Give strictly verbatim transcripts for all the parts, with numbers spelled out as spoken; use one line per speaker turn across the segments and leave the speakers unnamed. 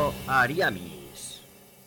Pintando Ariamis.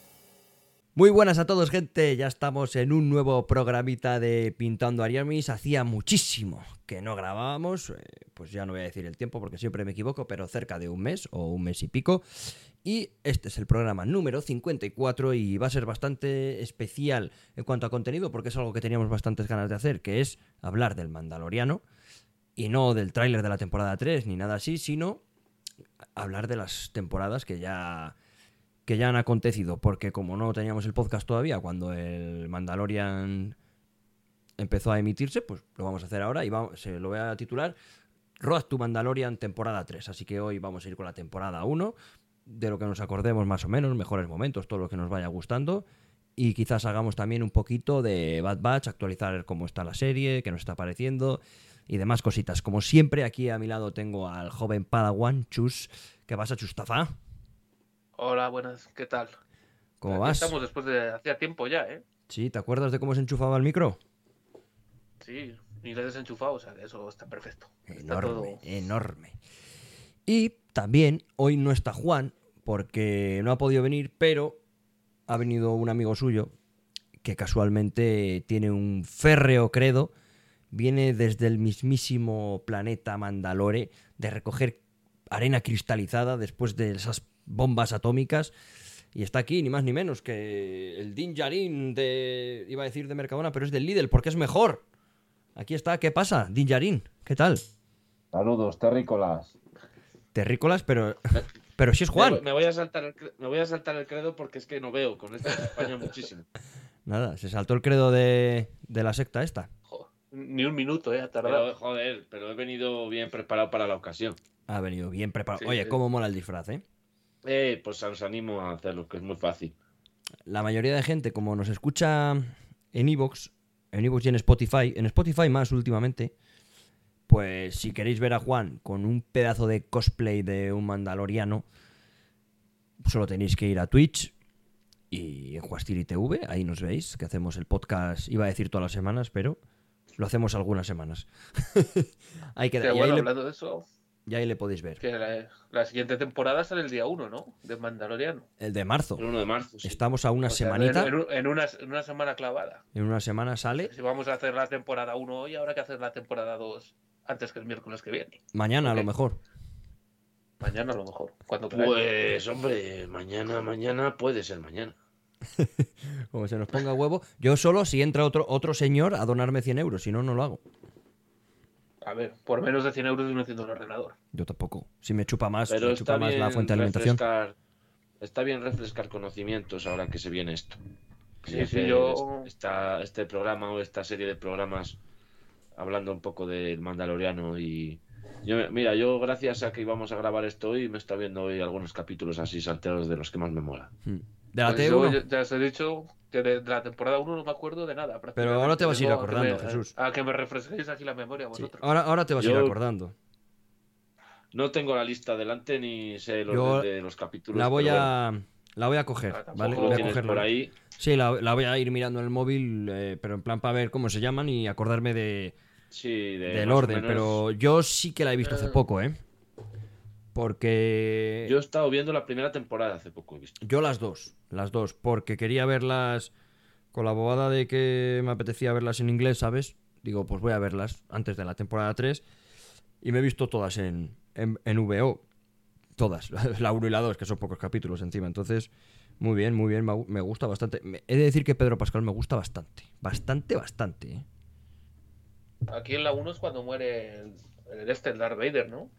Muy buenas a todos, gente. Ya estamos en un nuevo programita de Pintando Ariamis. Hacía muchísimo que no grabábamos, eh, pues ya no voy a decir el tiempo porque siempre me equivoco, pero cerca de un mes o un mes y pico. Y este es el programa número cincuenta y cuatro y va a ser bastante especial en cuanto a contenido porque es algo que teníamos bastantes ganas de hacer, que es hablar del Mandaloriano y no del tráiler de la temporada tres ni nada así, sino hablar de las temporadas que ya... que ya han acontecido, porque como no teníamos el podcast todavía cuando el Mandalorian empezó a emitirse, pues lo vamos a hacer ahora y vamos, se lo voy a titular Road to Mandalorian temporada tres, así que hoy vamos a ir con la temporada uno, de lo que nos acordemos más o menos, mejores momentos, todo lo que nos vaya gustando, y quizás hagamos también un poquito de Bad Batch, actualizar cómo está la serie, qué nos está pareciendo y demás cositas. Como siempre, aquí a mi lado tengo al joven Padawan, Chus. ¿Qué pasa, Chustafa?
Hola, buenas, ¿qué tal?
¿Cómo
Aquí
vas?
estamos después de hacía tiempo ya, ¿eh?
Sí, ¿te acuerdas de cómo se enchufaba el micro?
Sí, ni le he desenchufado, o sea, que eso está perfecto. Está
Enorme,
todo...
enorme. Y también hoy no está Juan, porque no ha podido venir, pero ha venido un amigo suyo que casualmente tiene un férreo credo, viene desde el mismísimo planeta Mandalore de recoger arena cristalizada después de esas bombas atómicas. Y está aquí, ni más ni menos que el Din Djarin de... iba a decir de Mercadona, pero es del Lidl, porque es mejor. Aquí está, ¿qué pasa? Din Djarin, ¿qué tal?
Saludos, terrícolas.
Terrícolas, pero... pero si es Juan.
Me, me, voy a saltar el, me voy a saltar el credo porque es que no veo, con esto se España muchísimo.
Nada, se saltó el credo de, de la secta esta.
Joder, ni un minuto, ¿eh? Ha tardado.
Pero, joder, pero he venido bien preparado para la ocasión.
Ha venido bien preparado.
Sí,
Oye,
sí.
cómo mola el disfraz, ¿eh?
Eh, pues os animo a hacerlo, que es muy fácil.
La mayoría de gente, como nos escucha en iVoox, en iVoox y en Spotify, en Spotify más últimamente, pues si queréis ver a Juan con un pedazo de cosplay de un mandaloriano, solo tenéis que ir a Twitch y en Juastiri T V, ahí nos veis, que hacemos el podcast, iba a decir todas las semanas, pero lo hacemos algunas semanas. Hay que,
Qué
y,
bueno,
ahí
hablando
le,
de eso,
y ahí le podéis ver.
que la, la siguiente temporada sale el día uno, ¿no? De Mandaloriano.
El de marzo.
El uno de marzo, sí.
Estamos a una
O sea,
semanita.
en, en, en, una, en una semana clavada.
En una semana sale.
Si vamos a hacer la temporada uno hoy, habrá que hacer la temporada dos antes que el miércoles que viene.
Mañana
Okay.
a lo mejor.
Mañana a lo mejor. Cuando
pues, hombre, mañana, mañana puede ser mañana.
Como se nos ponga huevo. Yo solo si entra otro, otro señor a donarme cien euros, si no, no lo hago.
A ver, por menos de cien euros no enciendo el ordenador.
Yo tampoco. Si me chupa más,
Pero
me
está
chupa más
bien
la fuente de alimentación.
refrescar, está bien refrescar conocimientos ahora que se viene esto.
Sí, sí, yo...
Esta, este programa o esta serie de programas hablando un poco del Mandaloriano y... Yo, mira, yo gracias a que íbamos a grabar esto hoy me está viendo hoy algunos capítulos así salteados de los que más me mola.
De la
Pues
T
yo
uno.
ya, ya os he dicho que de, de la temporada uno no me acuerdo de nada.
Pero ahora te vas a ir
Vengo
acordando,
que me,
Jesús.
A que me refresquéis aquí la memoria vosotros.
Sí. Ahora, ahora te vas
Yo-
a ir acordando.
No tengo la lista delante ni sé el
Yo
orden de los capítulos.
La voy
pero bueno,
a... La voy a coger,
Ah, tampoco
¿vale?
lo
Voy a
tienes
cogerla.
por ahí.
Sí, la, la voy a ir mirando en el móvil, eh, pero en plan para ver cómo se llaman y acordarme de,
Sí, de
del
más o
orden.
menos.
Pero yo sí que la he visto hace
Eh.
poco, ¿eh? Porque...
Yo he estado viendo la primera temporada hace poco, he visto.
Yo las dos, las dos, porque quería verlas con la bobada de que me apetecía verlas en inglés, ¿sabes? Digo, pues voy a verlas antes de la temporada tres y me he visto todas en, en, en V O. Todas, la uno y la dos, que son pocos capítulos encima. Entonces, muy bien, muy bien, me, me gusta bastante. Me, he de decir que Pedro Pascal me gusta bastante, bastante, bastante, ¿eh?
Aquí en la uno es cuando muere el, el este, el Darth Vader, ¿no?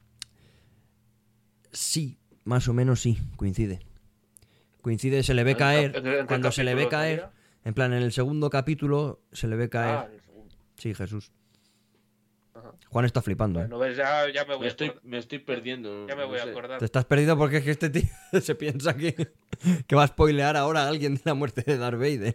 Sí, más o menos sí, coincide. Coincide, se le ve
¿En-
caer,
en- en qué
cuando se le ve
capítulo
caer,
salía?
en plan, en el segundo capítulo se le ve caer.
Ah, en el segundo.
Sí, Jesús.
Ajá.
Juan está flipando, ¿eh?
Bueno, ves, ya, ya me voy
Me
a
estoy,
acordar.
me estoy perdiendo.
Ya me
no
voy a
sé.
acordar.
Te estás perdido porque es que este tío se piensa que, que va a spoilear ahora a alguien de la muerte de Darth Vader.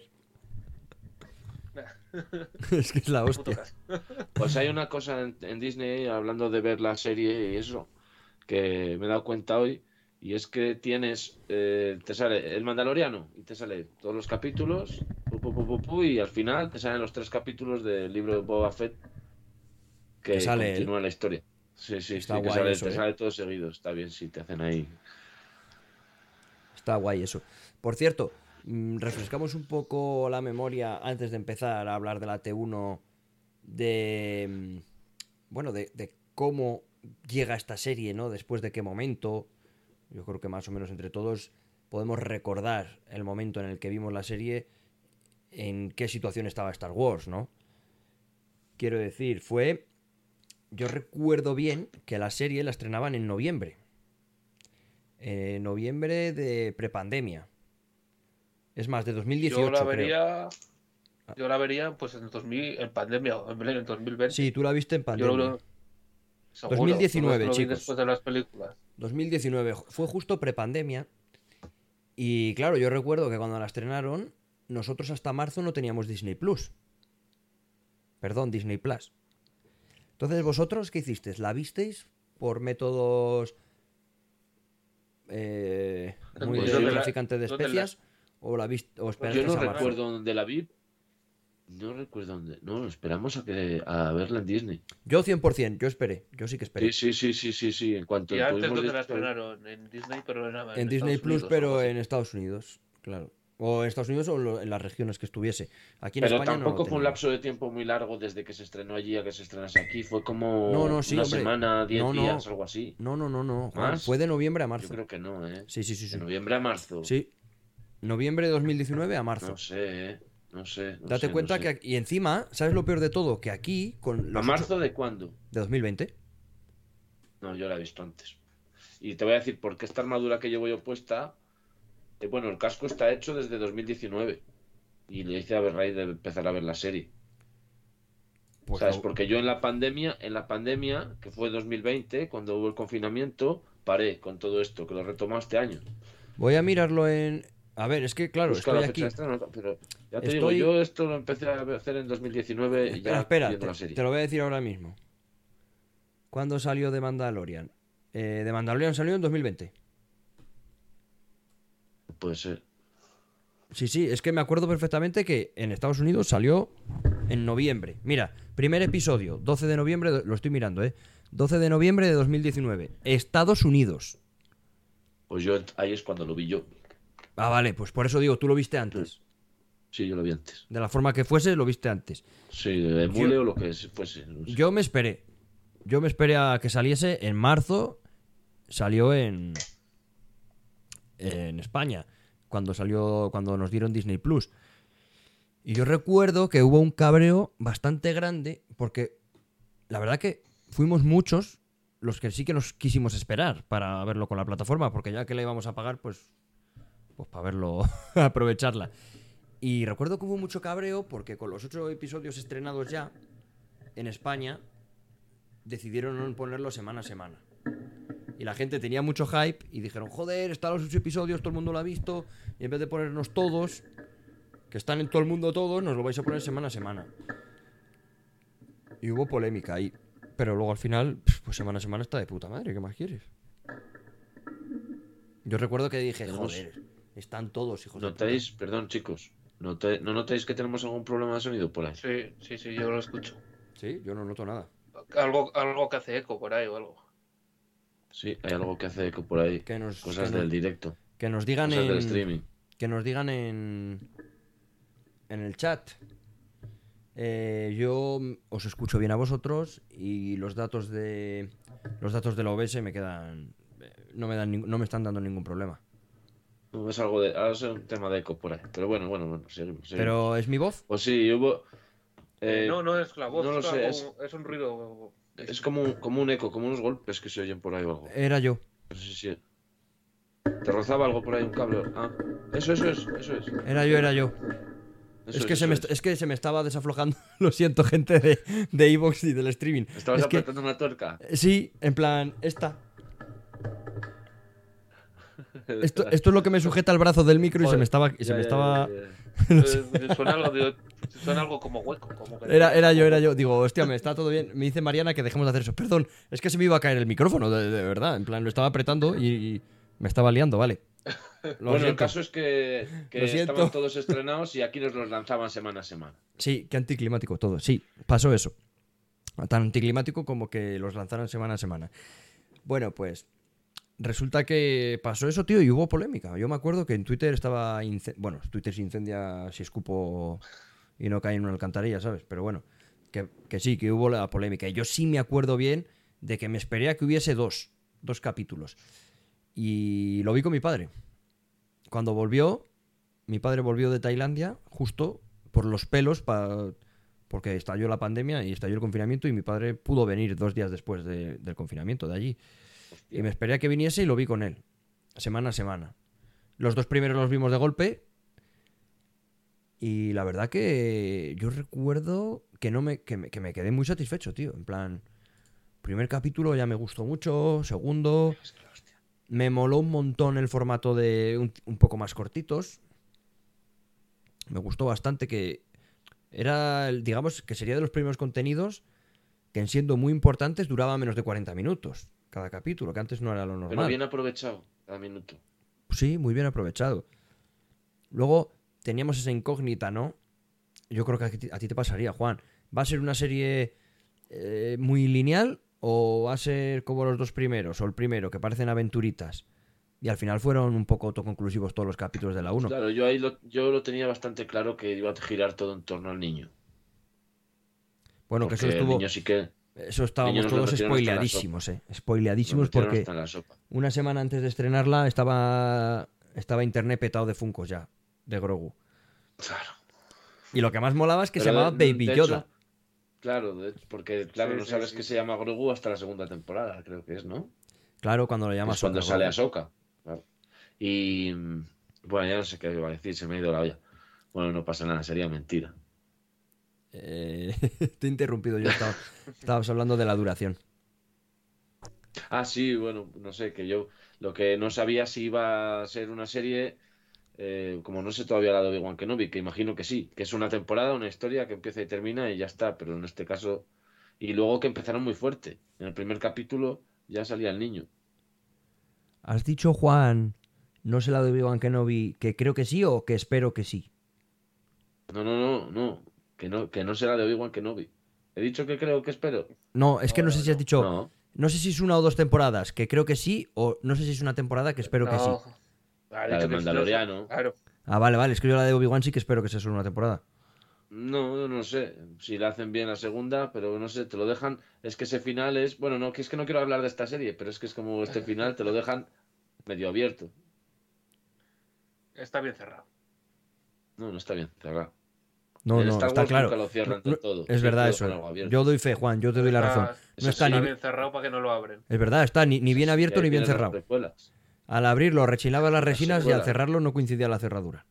Es que es la
Puto
hostia.
caso.
Pues hay una cosa en, en Disney, hablando de ver la serie y eso, que me he dado cuenta hoy, y es que tienes, eh, te sale el Mandaloriano y te sale todos los capítulos, pu, pu, pu, pu, pu, y al final te salen los tres capítulos del libro de Boba Fett que
Te sale él.
continúa la historia. Sí, sí,
Está
sí, que
guay
sale,
eso,
te
¿eh?
sale todo seguido, está bien, sí, te hacen ahí.
Está guay eso. Por cierto, mm, refrescamos un poco la memoria antes de empezar a hablar de la T uno, de, mm, bueno, de, de cómo llega esta serie, ¿no? Después de qué momento. Yo creo que más o menos entre todos podemos recordar el momento en el que vimos la serie, en qué situación estaba Star Wars, ¿no? Quiero decir, fue... Yo recuerdo bien que la serie la estrenaban en noviembre. Eh, noviembre de prepandemia. Es más, de dos mil dieciocho,
Yo la
creo.
vería. Yo la vería pues en dos mil, en pandemia, o en en dos mil veinte.
Sí, tú la viste en
Yo
pandemia.
lo, seguro,
dos mil diecinueve,
lo vi
chicos.
después de las películas.
dos mil diecinueve. Fue justo prepandemia. Y claro, yo recuerdo que cuando la estrenaron, nosotros hasta marzo no teníamos Disney Plus. Perdón, Disney Plus. Entonces, ¿vosotros qué hicisteis? ¿La visteis por métodos eh, muy
Pues
de
yo-
traficante de
¿dónde la-
especias? ¿O la viste, o esperasteis
Yo no
a marzo?
recuerdo dónde la vi. No recuerdo dónde. No, esperamos a que a verla en Disney.
Yo cien por ciento, yo esperé. Yo sí que esperé.
Sí, sí, sí, sí, sí, sí. En cuanto
Y antes
tuvimos
donde la
Disney-
estrenaron, en Disney, pero en,
En Disney
Estados
Plus,
Unidos,
pero
algo así.
en Estados Unidos, claro. O en Estados Unidos o en lo- en las regiones que estuviese. Aquí en
Pero
España no lo
tampoco fue un
teníamos.
lapso de tiempo muy largo desde que se estrenó allí a que se estrenase aquí. Fue como
No, no, sí,
una
hombre.
semana, diez
No, no.
días, algo así.
No, no, no, no. Juan,
¿Más?
fue de noviembre a
Yo
marzo.
creo que no, ¿eh?
Sí, sí, sí, sí.
De noviembre a marzo.
Sí. Noviembre de dos mil diecinueve a marzo.
No sé, ¿eh? No sé. no
Date
sé, no
cuenta
sé.
que aquí- y encima, ¿sabes lo peor de todo? Que aquí con
¿A
los
marzo
ocho-
de cuándo?
de dos mil veinte.
No, yo la he visto antes. Y te voy a decir por qué esta armadura que llevo yo puesta. eh, bueno, el casco está hecho desde dos mil diecinueve. Y le hice a ver raíz de empezar a ver la serie.
Pues
¿Sabes?
lo-
Porque yo en la pandemia, en la pandemia, que fue dos mil veinte, cuando hubo el confinamiento, paré con todo esto, que lo retomó este año.
voy a mirarlo en. A ver, es que claro,
Busca
estoy
la
aquí.
fecha de estreno, pero ya te
Estoy-
digo, yo esto lo empecé a hacer en dos mil diecinueve y
Espera,
ya
espera,
viendo
te,
la serie.
te lo voy a decir ahora mismo. ¿Cuándo salió The Mandalorian? Eh, The Mandalorian salió en dos mil veinte.
Puede ser.
Sí, sí, es que me acuerdo perfectamente que en Estados Unidos salió en noviembre. Mira, primer episodio, doce de noviembre, de- lo estoy mirando, ¿eh? doce de noviembre de dos mil diecinueve. Estados Unidos.
Pues yo ahí es cuando lo vi yo.
Ah, vale, pues por eso digo, tú lo viste antes.
Sí, yo lo vi antes.
De la forma que fuese, lo viste antes.
Sí, de emule o lo que fuese. No sé.
Yo me esperé. Yo me esperé a que saliese en marzo. Salió en. En España. Cuando salió. Cuando nos dieron Disney Plus. Y yo recuerdo que hubo un cabreo bastante grande. Porque la verdad que fuimos muchos los que sí que nos quisimos esperar para verlo con la plataforma. Porque ya que la íbamos a pagar, pues. Pues para verlo. Aprovecharla. Y recuerdo que hubo mucho cabreo porque con los ocho episodios estrenados ya en España decidieron no ponerlo semana a semana. Y la gente tenía mucho hype y dijeron, joder, están los ocho episodios, todo el mundo lo ha visto, y en vez de ponernos todos, que están en todo el mundo todos, nos lo vais a poner semana a semana. Y hubo polémica ahí. Pero luego al final, pues semana a semana está de puta madre, ¿qué más quieres? Yo recuerdo que dije,
Tenemos-
joder, están todos, hijos de puta.
¿Notáis? Perdón, chicos. ¿Noté- ¿No notáis que tenemos algún problema de sonido por ahí?
Sí, sí, sí, yo lo escucho.
Sí, yo no noto nada.
Algo, algo que hace eco por ahí o algo.
Sí, hay algo que hace eco por ahí.
Que nos,
Cosas
que nos-
del directo.
que nos digan
Cosas del
en,
streaming.
que nos digan en en el chat. Eh, yo os escucho bien a vosotros y los datos de los datos de la O B S me quedan eh, no me dan ning- no me están dando ningún problema.
No, es algo de. Ahora es un tema de eco por ahí. Pero bueno, bueno, bueno, seguimos. seguimos.
Pero ¿es mi voz?
Pues sí, hubo. eh,
no, no es la voz,
no lo
es,
sé,
algo- es un ruido.
Es como un, como un eco, como unos golpes que se oyen por ahí o algo.
Era yo.
No sé si. ¿Te rozaba algo por ahí, un cable? Ah, eso, eso es, eso es.
Era yo, era yo.
Eso
Es que,
eso
se me, est- es que se me estaba desaflojando. Lo siento, gente de, de iVoox y del streaming.
¿Estabas
Es que,
apretando una tuerca?
sí, en plan, esta. Esto, esto es lo que me sujeta el brazo del micro y se
Joder,
me estaba. Y se
ya,
me
ya,
estaba...
ya, ya.
Eh, suena, algo de- suena algo como hueco. Como que-
Era, era yo, era yo. Digo, hostia, me está todo bien. Me dice Mariana que dejemos de hacer eso. Perdón, es que se me iba a caer el micrófono, de, de verdad. En plan, lo estaba apretando y, y me estaba liando, vale. Lo
Bueno, el
siento.
caso es que, que
Lo siento.
estaban todos estrenados y aquí nos los lanzaban semana a semana.
Sí, qué anticlimático todo. Sí, pasó eso. Tan anticlimático como que los lanzaran semana a semana. Bueno, pues resulta que pasó eso, tío, y hubo polémica. Yo me acuerdo que en Twitter estaba... ince- Bueno, Twitter se incendia si escupo y no cae en una alcantarilla, ¿sabes? Pero bueno, que, que sí, que hubo la polémica. Y yo sí me acuerdo bien de que me esperé a que hubiese dos, dos capítulos. Y lo vi con mi padre. Cuando volvió, mi padre volvió de Tailandia justo por los pelos, pa- porque estalló la pandemia y estalló el confinamiento y mi padre pudo venir dos días después de- del confinamiento de allí. Y me esperé a que viniese y lo vi con él, semana a semana. Los dos primeros los vimos de golpe y la verdad que yo recuerdo que, no me, que, me, que me quedé muy satisfecho, tío. En plan, primer capítulo ya me gustó mucho, segundo...
Es que la hostia.
Me moló un montón el formato de un, un poco más cortitos. Me gustó bastante que era, el- digamos, que sería de los primeros contenidos que en siendo muy importantes duraba menos de cuarenta minutos cada capítulo, que antes no era lo
Pero
normal.
bien aprovechado cada minuto.
Sí, muy bien aprovechado. Luego teníamos esa incógnita, ¿no? Yo creo que a ti, a ti te pasaría, Juan. ¿Va a ser una serie eh, muy lineal o va a ser como los dos primeros o el primero, que parecen aventuritas? Y al final fueron un poco autoconclusivos todos los capítulos de la uno.
Claro, yo ahí lo, yo lo tenía bastante claro que iba a girar todo en torno al niño.
Bueno, que eso
Porque el
estuvo...
niño sí que...
Eso
El niño
estábamos
nos lo
todos
metieron hasta en la
spoileadísimos,
sopa.
eh. Spoileadísimos
Nos metieron
porque
hasta en la sopa.
una semana antes de estrenarla estaba, estaba internet petado de Funkos ya, de Grogu.
Claro.
Y lo que más molaba es que se
Pero de-
llamaba Baby
de
Yoda.
hecho, claro, de- porque claro,
Sí,
no
sí,
sabes
sí.
que se llama Grogu hasta la segunda temporada, creo que es, ¿no?
Claro, cuando lo llamas
Es cuando
Ahsoka,
sale
Grogu.
Ahsoka. Claro. Y mm, bueno, ya no sé qué iba a decir, se me ha ido la olla. Bueno, no pasa nada, sería mentira.
Eh, te he interrumpido, yo estaba, estabas hablando de la duración.
Ah, sí, bueno, no sé, que yo lo que no sabía si iba a ser una serie, eh, como no sé todavía la de Obi-Wan Kenobi, que imagino que sí, que es una temporada, una historia que empieza y termina y ya está, pero en este caso... Y luego que empezaron muy fuerte. En el primer capítulo ya salía el niño.
¿Has dicho, Juan, no sé la de Obi-Wan Kenobi, que creo que sí o que espero que sí?
No, no, no, no, que no, que no será de Obi-Wan Kenobi. He dicho que creo que espero.
No, es que no
No,
sé
no,
si has
no.
dicho...
No,
No sé si es una o dos temporadas, que creo que sí, o no sé si es una temporada que espero que sí.
No. Ha
la
dicho
del
que sí,
Mandaloriano.
claro.
Ah, vale, vale, es que yo la de Obi-Wan sí que espero que sea solo una temporada.
No, no sé si la hacen bien la segunda, pero no sé, te lo dejan. Es que ese final es. Bueno, no, que es que no quiero hablar de esta serie, pero es que es como este final te lo dejan medio abierto.
Está bien cerrado.
No, no está bien, cerrado.
No,
En
no,
Star
está
Wars
claro.
nunca lo
No,
cierran
no,
del todo.
es
Siempre
verdad
dejan
eso.
algo abierto.
Yo doy fe, Juan, yo te doy la razón.
Está,
No está
está
ni,
bien cerrado para que no lo abren.
es verdad, está ni, ni bien
Y
abierto
ahí
ni bien
tienes las
cerrado.
precuelas.
Al abrirlo rechinaba las resinas y al
secuelas.
cerrarlo no coincidía la cerradura.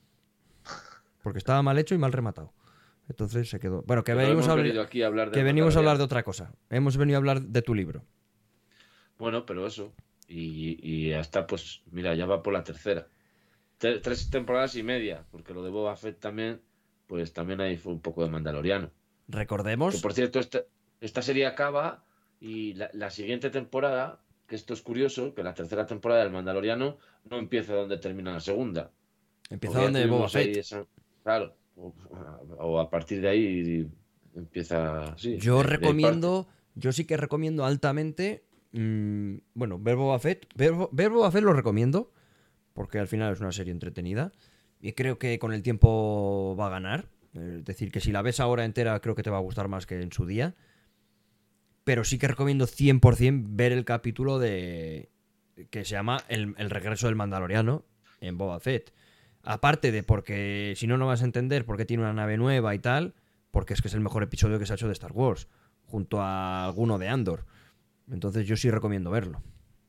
Porque estaba mal hecho y mal rematado. Entonces se quedó. Bueno, que
Pero
venimos
hemos
a hablar,
venido aquí a hablar
que
del
venimos a hablar de
Mandaloriano.
otra cosa. Hemos venido a hablar de tu libro.
Bueno, pero eso. Y, y hasta, pues, mira, ya va por la tercera. Te- tres temporadas y media, porque lo de Boba Fett también, pues también ahí fue un poco de Mandaloriano. Que
Recordemos,
por cierto, esta, esta serie acaba y la, la siguiente temporada, que esto es curioso, que la tercera temporada del Mandaloriano no empieza donde termina la segunda.
empieza
Porque ya
donde Boba
tuvimos ahí
Fett.
esa- claro, o, o a partir de ahí empieza, sí,
Yo
de- de ahí parte.
recomiendo, yo sí que recomiendo altamente, mm, bueno, ver Boba Fett. Ver, Bo- ver Boba Fett lo recomiendo, porque al final es una serie entretenida. Y creo que con el tiempo va a ganar. Es decir, que si la ves ahora entera, creo que te va a gustar más que en su día. Pero sí que recomiendo cien por ciento ver el capítulo de que se llama El, el regreso del Mandaloriano en Boba Fett. Aparte de porque si no, no vas a entender por qué tiene una nave nueva y tal, porque es que es el mejor episodio que se ha hecho de Star Wars, junto a alguno de Andor. Entonces yo sí recomiendo verlo.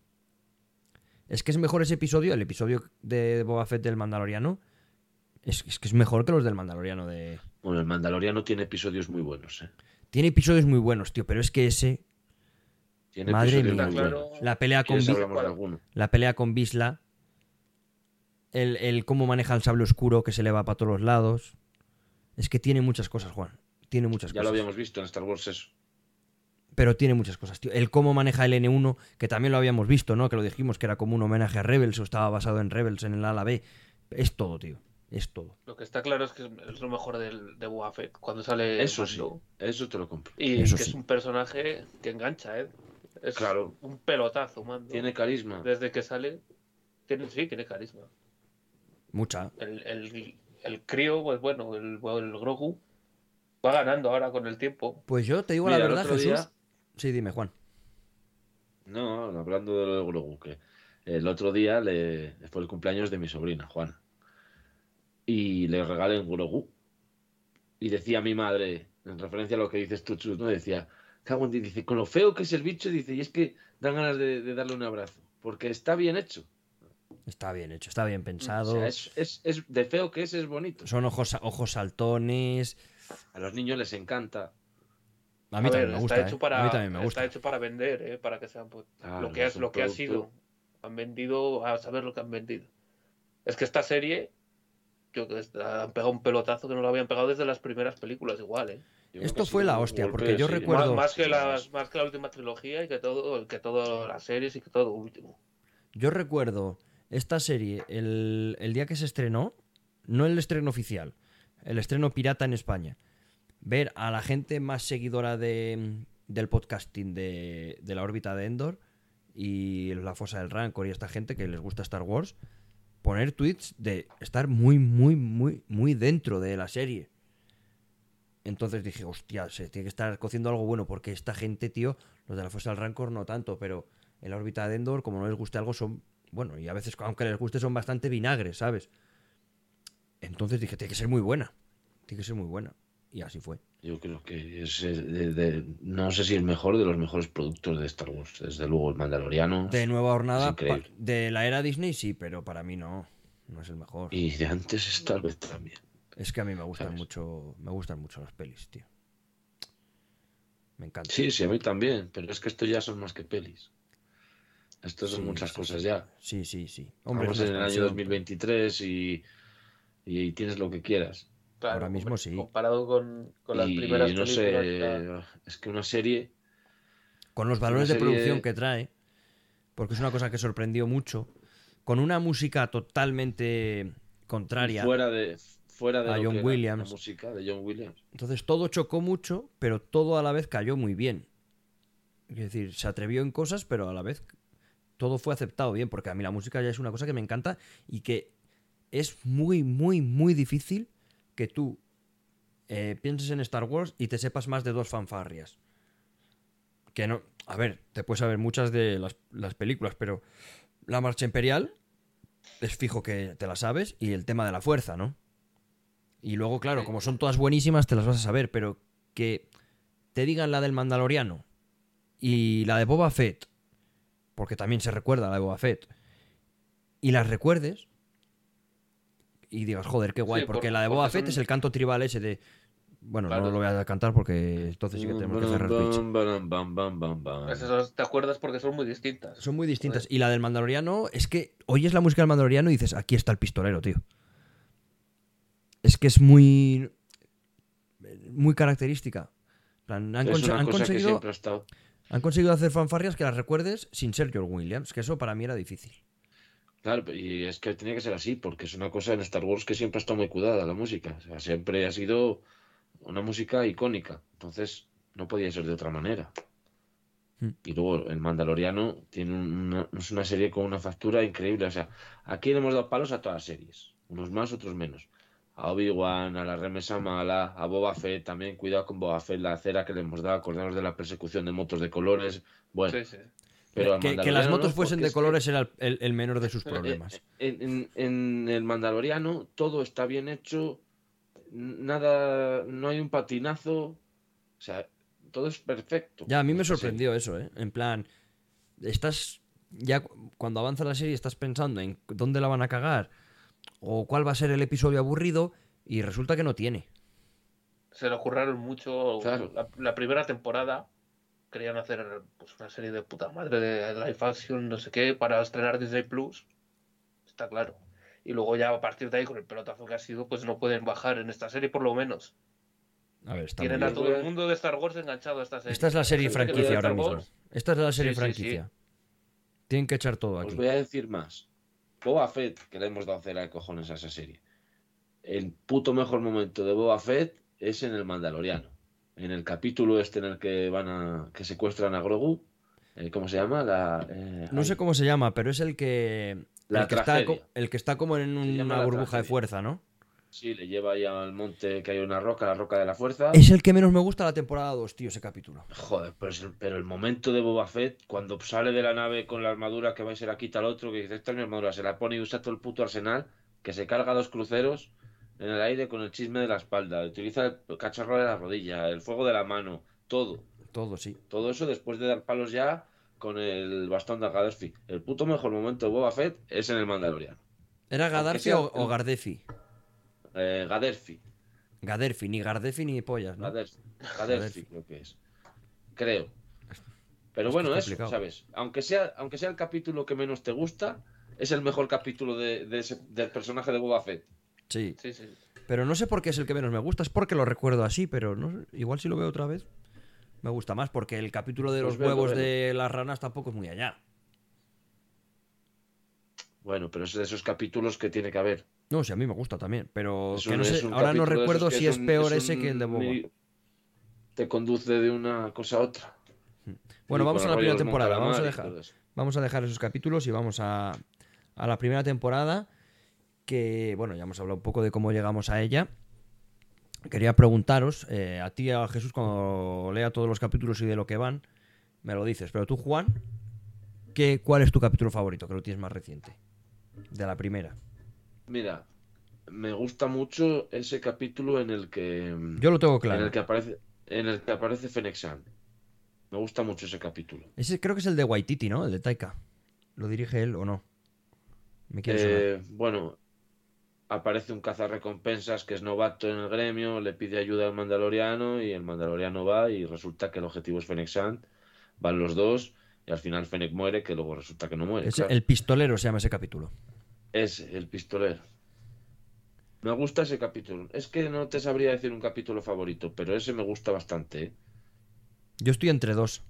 Es que es mejor ese episodio, el episodio de Boba Fett del Mandaloriano. Es, es que es mejor que los del Mandaloriano de...
Bueno, el Mandaloriano tiene episodios muy buenos, ¿eh?
Tiene episodios muy buenos, tío, pero es que ese...
Tiene
Madre
episodios
mía,
muy
Está
tío.
claro.
buenos.
La pelea con,
¿Quieres
Vi-
hablamos de alguno?
la pelea con Visla. El, el cómo maneja el sable oscuro que se le va para todos los lados. Es que tiene muchas cosas, Juan. Tiene muchas
Ya
cosas.
lo habíamos visto en Star Wars eso.
Pero tiene muchas cosas, tío. El cómo maneja el N uno, que también lo habíamos visto, ¿no? Que lo dijimos que era como un homenaje a Rebels o estaba basado en Rebels en el ala B. Es todo, tío. Es todo.
Lo que está claro es que es lo mejor del, de Boba Fett cuando sale
Eso sí,
Mando.
eso te lo compro.
Y
Eso
que
sí.
es un personaje que engancha, ¿eh? Es
Claro.
un pelotazo, mando.
Tiene carisma.
Desde que sale, tiene, sí, tiene carisma.
Mucha.
El, el, el crío, pues bueno, el, el Grogu va ganando ahora con el tiempo.
Pues yo te digo
Mira,
la
el
verdad,
otro
Jesús.
día-
Sí, dime, Juan.
No, hablando de lo de Grogu, que el otro día le... fue el cumpleaños de mi sobrina, Juana. Y le regalé un Grogu. Y decía mi madre, en referencia a lo que dices tú, Chus, ¿no? Decía, cago en ti", dice, con lo feo que es el bicho, dice, y es que dan ganas de, de darle un abrazo. Porque está bien hecho.
Está bien hecho, está bien
O
pensado.
sea, es, es, es de feo que es, es bonito.
Son ojos, ojos saltones.
A los niños les encanta.
A mí
A ver,
también me
está
gusta,
hecho
¿eh?
para,
A mí también me
está
gusta.
hecho para vender, ¿eh? Para que sean pues,
Claro,
lo que
es
es
un
lo que ha
producto-
sido. Han vendido a saber lo que han vendido. Es que esta serie, yo que han pegado un pelotazo que no lo habían pegado desde las primeras películas igual, ¿eh?
Yo creo
Esto
que ha
fue
sido
la
un
hostia,
golpe,
porque yo
sí.
recuerdo-
Más, más que
Sí,
las, más que la última trilogía y que todo, que todas las series y que todo último.
Yo recuerdo esta serie el, el día que se estrenó, no el estreno oficial, el estreno pirata en España. Ver a la gente más seguidora de, del podcasting de, de la órbita de Endor y la fosa del Rancor y esta gente que les gusta Star Wars, poner tweets de estar muy, muy, muy, muy dentro de la serie. Entonces dije, hostia, se tiene que estar cociendo algo bueno, porque esta gente, tío, los de la fosa del Rancor no tanto, pero en la órbita de Endor, como no les guste algo, son, bueno, y a veces, aunque les guste, son bastante vinagres, ¿sabes? Entonces dije, tiene que ser muy buena, tiene que ser muy buena. Y así fue.
Yo creo que es eh, de, de- no sé si el mejor de los mejores productos de Star Wars. Desde luego, el Mandaloriano.
De nueva jornada,
es increíble.
pa- de la era Disney sí, pero para mí no, no es el mejor.
Y de antes es tal vez también.
Es que a mí me gustan
¿Sabes?
mucho, me gustan mucho las pelis, tío. Me encanta.
Sí, sí, a mí también. Pero es que esto ya son más que pelis. Esto son
Sí,
muchas
sí,
cosas
sí.
ya.
Sí, sí, sí. Hombre,
Estamos
es
en
una
el año
expansión,
dos mil veintitrés y, y tienes lo que quieras.
Claro,
Ahora mismo
hombre,
sí.
Comparado con, con las
Y
primeras
no
películas.
sé,
tal.
es que una serie.
Con los
Una
valores de
serie-
producción que trae, porque es una cosa que sorprendió mucho, con una música totalmente contraria.
Fuera de, fuera de
a
lo
John
que era
Williams.
la música de John Williams.
Entonces todo chocó mucho, pero todo a la vez cayó muy bien. Es decir, se atrevió en cosas, pero a la vez todo fue aceptado bien, porque a mí la música ya es una cosa que me encanta y que es muy, muy, muy difícil que tú eh, pienses en Star Wars y te sepas más de dos fanfarrias. Que no... A ver, te puedes saber muchas de las, las películas, pero la Marcha Imperial es fijo que te la sabes, y el tema de la fuerza, ¿no? Y luego, claro,
Sí.
como son todas buenísimas, te las vas a saber, pero que te digan la del Mandaloriano y la de Boba Fett, porque también se recuerda la de Boba Fett, y las recuerdes y digas, joder, qué guay,
Sí,
porque
por-
la de Boba
porque
Fett
son-
es el canto tribal ese de... Bueno,
Claro.
no lo voy a cantar porque entonces sí que tenemos que cerrar Twitch.
Bam, bam, bam, bam, bam, bam.
Esas te acuerdas porque son muy distintas.
Son muy distintas. Y la del Mandaloriano, es que oyes la música del Mandaloriano y dices, aquí está el pistolero, tío. Es que es muy... muy característica. En plan, Han,
Es
conse-
una
han
cosa que
conseguido,
siempre ha estado.
han conseguido hacer fanfarrias que las recuerdes sin ser George Williams, que eso para mí era difícil.
Claro, y es que tiene que ser así, porque es una cosa en Star Wars que siempre ha estado muy cuidada, la música. O sea, siempre ha sido una música icónica. Entonces, no podía ser de otra manera.
Hmm.
Y luego, el Mandaloriano tiene una, es una serie con una factura increíble. O sea, aquí le hemos dado palos a todas las series. Unos más, otros menos. A Obi-Wan, a la remesa mala, a Boba Fett también. Cuidado con Boba Fett, la cera que le hemos dado. Acordaros de la persecución de motos de colores. Bueno,
Sí, sí.
pero al
que, que las
Mandaloriano
motos
no,
fuesen
porque
de
es que-
colores era el, el- el menor de sus
Eh,
problemas.
En, en- en el Mandaloriano todo está bien hecho, nada, no hay un patinazo, o sea, todo es perfecto.
Ya, a mí
en
me
esta
sorprendió eso, ¿eh? En plan, estás... Ya cu- cuando avanza la serie estás pensando en dónde la van a cagar o cuál va a ser el episodio aburrido y resulta que no tiene.
Se le ocurrieron mucho.
Claro.
La, la primera temporada querían hacer pues, una serie de puta madre de live action, no sé qué, para estrenar Disney Plus. Está claro. Y luego ya a partir de ahí, con el pelotazo que ha sido, pues no pueden bajar en esta serie por lo menos.
A ver, está
Tienen
muy
a
bien.
todo el mundo de Star Wars enganchado a esta serie.
Esta es la serie
gente que
franquicia
ve
ahora
Star
mismo.
Wars,
Esta es la serie
Sí, sí, sí.
franquicia. Tienen que echar todo
Os
aquí.
voy a decir más. Boba Fett, que le hemos dado cera de cojones a esa serie. El puto mejor momento de Boba Fett es en el Mandaloriano. En el capítulo este en el que van a que secuestran a Grogu, Eh, ¿Cómo se llama? La, eh,
No sé
ay,
cómo se llama, pero es el que.
la
El que está, co-
tragedia.
el que está como en
Se llama
una
la
burbuja de
tragedia.
fuerza, ¿no?
Sí, le lleva ahí al monte que hay una roca, la roca de la fuerza.
Es el que menos me gusta la temporada dos, tío, ese capítulo.
Joder, pero, es el, pero el momento de Boba Fett, cuando sale de la nave con la armadura que va y se la quita al otro, que dice, esta es mi armadura, se la pone y usa todo el puto arsenal, que se carga dos cruceros en el aire con el chisme de la espalda, utiliza el cacharro de la rodilla, el fuego de la mano, todo.
Todo, sí.
Todo eso después de dar palos ya con el bastón de Gaddafi. El puto mejor momento de Boba Fett es en el Mandaloriano.
¿Era
Aunque
Gaddafi
sea
o, o
el-
Gardefi?
eh, Gaddafi.
Gaderfi, ni Gardefi ni pollas, ¿no?
Gaddafi,
Gaddafi.
Gaddafi creo que es. Creo. Pero
Es que
bueno,
es
eso,
complicado.
¿sabes? Aunque sea, aunque sea el capítulo que menos te gusta, es el mejor capítulo de, de ese- del personaje de Boba Fett.
Sí.
Sí, sí.
Pero no sé por qué es el que menos me gusta, es porque lo recuerdo así, pero no sé, igual si lo veo otra vez me gusta más, porque el capítulo de
Pues
los
velo,
huevos
velo.
de las ranas tampoco es muy allá.
Bueno, pero es de esos capítulos que tiene que haber.
No, sí, a mí me gusta también, pero
Es
que
un,
no
es
sé,
un
ahora no
capítulo de esos
recuerdo
que
si es
un-
peor
es
ese que el de
un-
Boba.
te conduce de una cosa a otra.
Bueno,
Y
vamos
con
a la
el rollo
primera
de los
temporada, vamos a
Moncalamar y
dejar,
todo eso.
vamos a dejar esos capítulos y vamos a, a la primera temporada, que bueno, ya hemos hablado un poco de cómo llegamos a ella. Quería preguntaros, eh, a ti y a Jesús, cuando lea todos los capítulos y de lo que van, me lo dices, pero tú, Juan, ¿qué, ¿cuál es tu capítulo favorito, que lo tienes más reciente? De la primera.
Mira, me gusta mucho ese capítulo en el que en
Yo lo tengo
el
claro.
que aparece en el que aparece Fennec Shand. Me gusta mucho ese capítulo.
Ese creo que es el de Waititi, ¿no? El de Taika. ¿Lo dirige él o no? Me quiere sonar.
Eh, bueno, aparece un cazarrecompensas que es novato en el gremio, le pide ayuda al Mandaloriano y el Mandaloriano va y resulta que el objetivo es Fennec Shand. Van los dos y al final Fennec muere, que luego resulta que no muere,
Ese-
claro.
el pistolero se llama ese capítulo.
Es el pistolero. Me gusta ese capítulo. Es que no te sabría decir un capítulo favorito, pero ese me gusta bastante, ¿eh?
Yo estoy entre dos.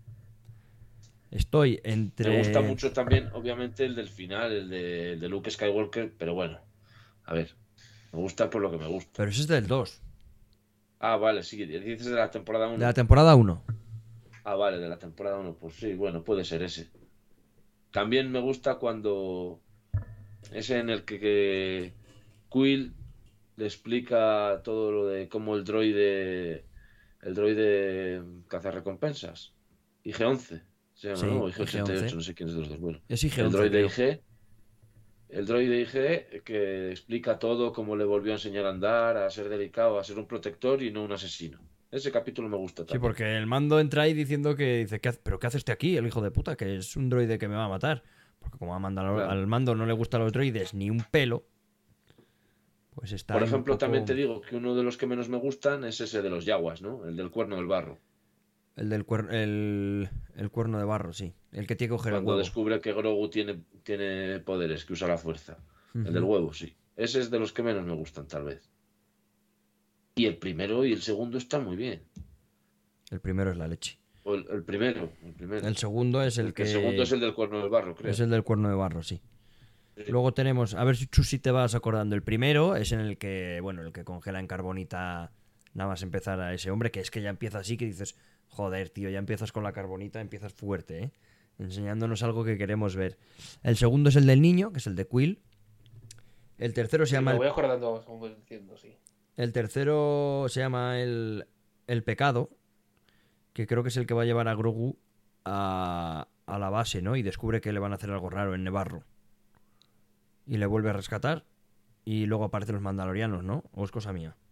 Estoy entre...
Me gusta mucho también, obviamente, el del final, el de, el de Luke Skywalker, pero bueno, a ver, me gusta por lo que me gusta.
Pero ese es del dos.
Ah, vale, sí, dices de la temporada
De la
uno.
temporada uno.
Ah, vale, de la temporada uno, pues sí, bueno, puede ser ese. También me gusta cuando ese en el que, que Quill le explica todo lo de cómo el droide, el droide cazarrecompensas, I G once, se llama,
Sí,
¿no? O I G
I G
ochenta y ocho,
once.
no sé quién es de los dos. Bueno,
Es I G
el
once,
droide
creo.
I G, el droide I G que explica todo, cómo le volvió a enseñar a andar, a ser delicado, a ser un protector y no un asesino. Ese capítulo me gusta
Sí,
también.
porque el mando entra ahí diciendo que dice, ¿qué hace- ¿pero qué hace este aquí, el hijo de puta? Que es un droide que me va a matar. Porque como a Mandalor-
Claro.
al mando no le gustan los droides ni un pelo, pues está
Por
ahí un
ejemplo,
poco-
también te digo que uno de los que menos me gustan es ese de los yaguas, ¿no? El del cuerno del barro.
El del cuer- el, el cuerno de barro, sí. El que tiene que coger el
Cuando
huevo.
descubre que Grogu tiene, tiene poderes, que usa la fuerza. El del
Ujú.
huevo, sí. Ese es de los que menos me gustan, tal vez. Y el primero y el segundo están muy bien.
El primero es la leche.
O el, el primero, el primero.
El segundo es el,
El,
que...
el segundo es el del cuerno del barro, creo.
es el del cuerno de barro, sí.
Sí.
Luego tenemos, a ver si tú sí te vas acordando. El primero es en el que, bueno, el que congela en carbonita nada más empezar a ese hombre, que es que ya empieza así, que dices, joder, tío, ya empiezas con la carbonita, empiezas fuerte, ¿eh? Enseñándonos algo que queremos ver. El segundo es el del niño, que es el de Quill. El tercero se
Sí,
llama
me
el,
voy acordando, como voy diciendo, sí.
el tercero se llama el, el pecado, que creo que es el que va a llevar a Grogu a, a la base, ¿no? Y descubre que le van a hacer algo raro en Nevarro. Y le vuelve a rescatar. Y luego aparecen los mandalorianos, ¿no? ¿O es cosa mía?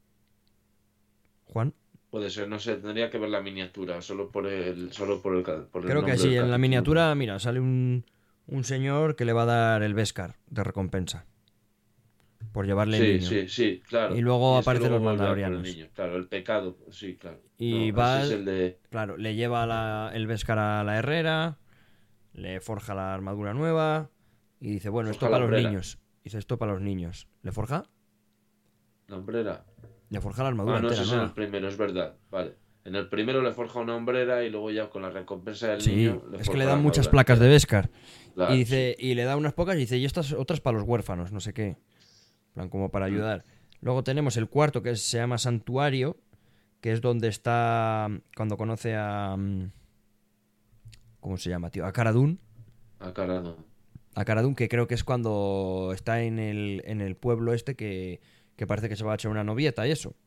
Juan.
Puede ser, no sé, tendría que ver la miniatura, solo por el, solo por el, ca- por el
Creo que
nombre
sí,
del
en la
capítulo.
miniatura, mira, sale un, un señor que le va a dar el Beskar de recompensa. Por llevarle el
Sí,
niño.
sí, sí, claro.
Y luego
es que
aparecen los
luego vuelve a por el
mandalorianos.
niño, claro, el pecado, sí, claro.
Y
No,
va,
ese es el de...
claro, le lleva la- el Beskar a la herrera, le forja la armadura nueva y dice, bueno, esto
Forja la
para los
hombrera.
niños. Dice, esto para los niños. ¿Le forja?
La hombrera.
Le forja la armadura
Ah, no,
entera,
ese es en
¿no?
el primero, es verdad. Vale. En el primero le forja una hombrera y luego ya con la recompensa del
Sí,
niño le
es que
forja
le
la
dan muchas
armadura
placas de
entera.
Beskar.
Claro,
Y dice, y le da unas pocas y dice, y estas otras para los huérfanos, no sé qué. En plan, como para
Mm.
ayudar. Luego tenemos el cuarto, que se llama Santuario, que es donde está cuando conoce a, mm, ¿Cómo se llama, tío? A Cara Dune.
A Cara Dune.
A Cara Dune, que creo que es cuando está en el, en el pueblo este que, que parece que se va a echar una novieta y eso.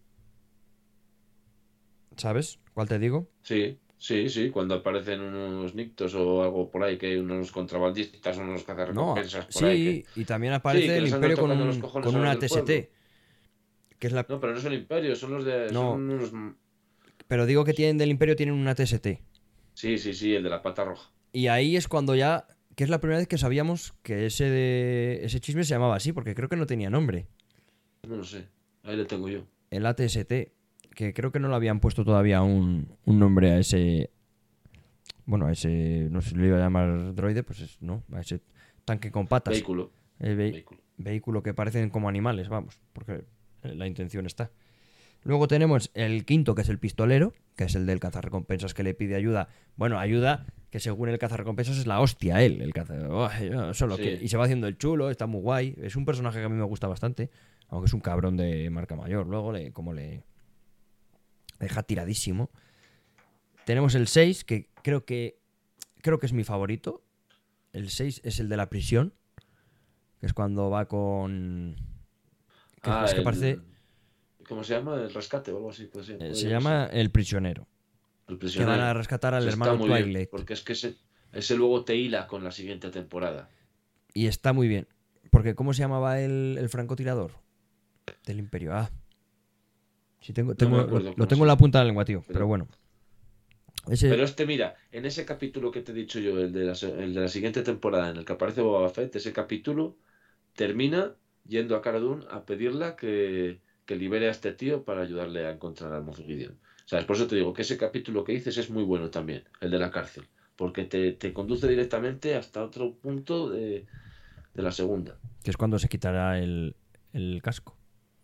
¿Sabes cuál te digo?
Sí, sí, sí, cuando aparecen unos nictos o algo por ahí, que hay unos contrabandistas o unos
No,
cazarrecompensas por
sí,
ahí. Que...
y también
Sí,
aparece
que
el
les andan
Imperio con,
tocando los
un,
cojones
con
a los
una
del
T S T.
pueblo.
Que es la...
No, pero no son imperios, son los de. Son
No,
unos.
pero digo que tienen del Imperio tienen una T S T.
Sí, sí, sí, el de la pata roja.
Y ahí es cuando ya... Que es la primera vez que sabíamos que ese, de, ese chisme se llamaba así, porque creo que no tenía nombre.
No lo sé, ahí le tengo yo.
El A T S T, que creo que no le habían puesto todavía un, un nombre a ese... Bueno, a ese... No sé si lo iba a llamar droide, pues es, no, a ese tanque con patas.
Vehículo.
El ve-
Vehículo.
vehículo que parecen como animales, vamos, porque la intención está. Luego tenemos el quinto, que es el pistolero, que es el del cazarrecompensas que le pide ayuda. Bueno, ayuda que según el cazarrecompensas es la hostia él, el caza... oh, yo solo
Sí.
que... Y se va haciendo el chulo, está muy guay. Es un personaje que a mí me gusta bastante, aunque es un cabrón de marca mayor. Luego le como le deja tiradísimo. Tenemos el seis, que creo que creo que es mi favorito. El seis es el de la prisión, que es cuando va con... Que
Ah,
es que
el...
parece...
¿Cómo se llama? El rescate o algo así, puede ser.
eh,
Puede
se
llamarse.
llama El Prisionero.
El
Que
prisionero.
van a rescatar al
Eso
hermano
está muy bien,
Twilight.
porque es que ese, ese luego te hila con la siguiente temporada.
Y está muy bien. Porque ¿cómo se llamaba el, el francotirador? Del Imperio. Ah. Sí, tengo,
No
tengo,
me acuerdo
lo,
cómo
lo tengo
se
en la
llama.
punta de la lengua, tío. Pero,
Pero-
bueno. Ese,
Pero este, mira, en ese capítulo que te he dicho yo, el de la, se- el de la siguiente temporada, en el que aparece Boba Fett, ese capítulo termina yendo a Cara Dune a pedirla que, que libere a este tío para ayudarle a encontrar al Moff Gideon. ¿Sabes? Por eso te digo que ese capítulo que dices es muy bueno también, el de la cárcel, porque te, te conduce directamente hasta otro punto de, de la segunda.
que es cuando se quitará el, el casco.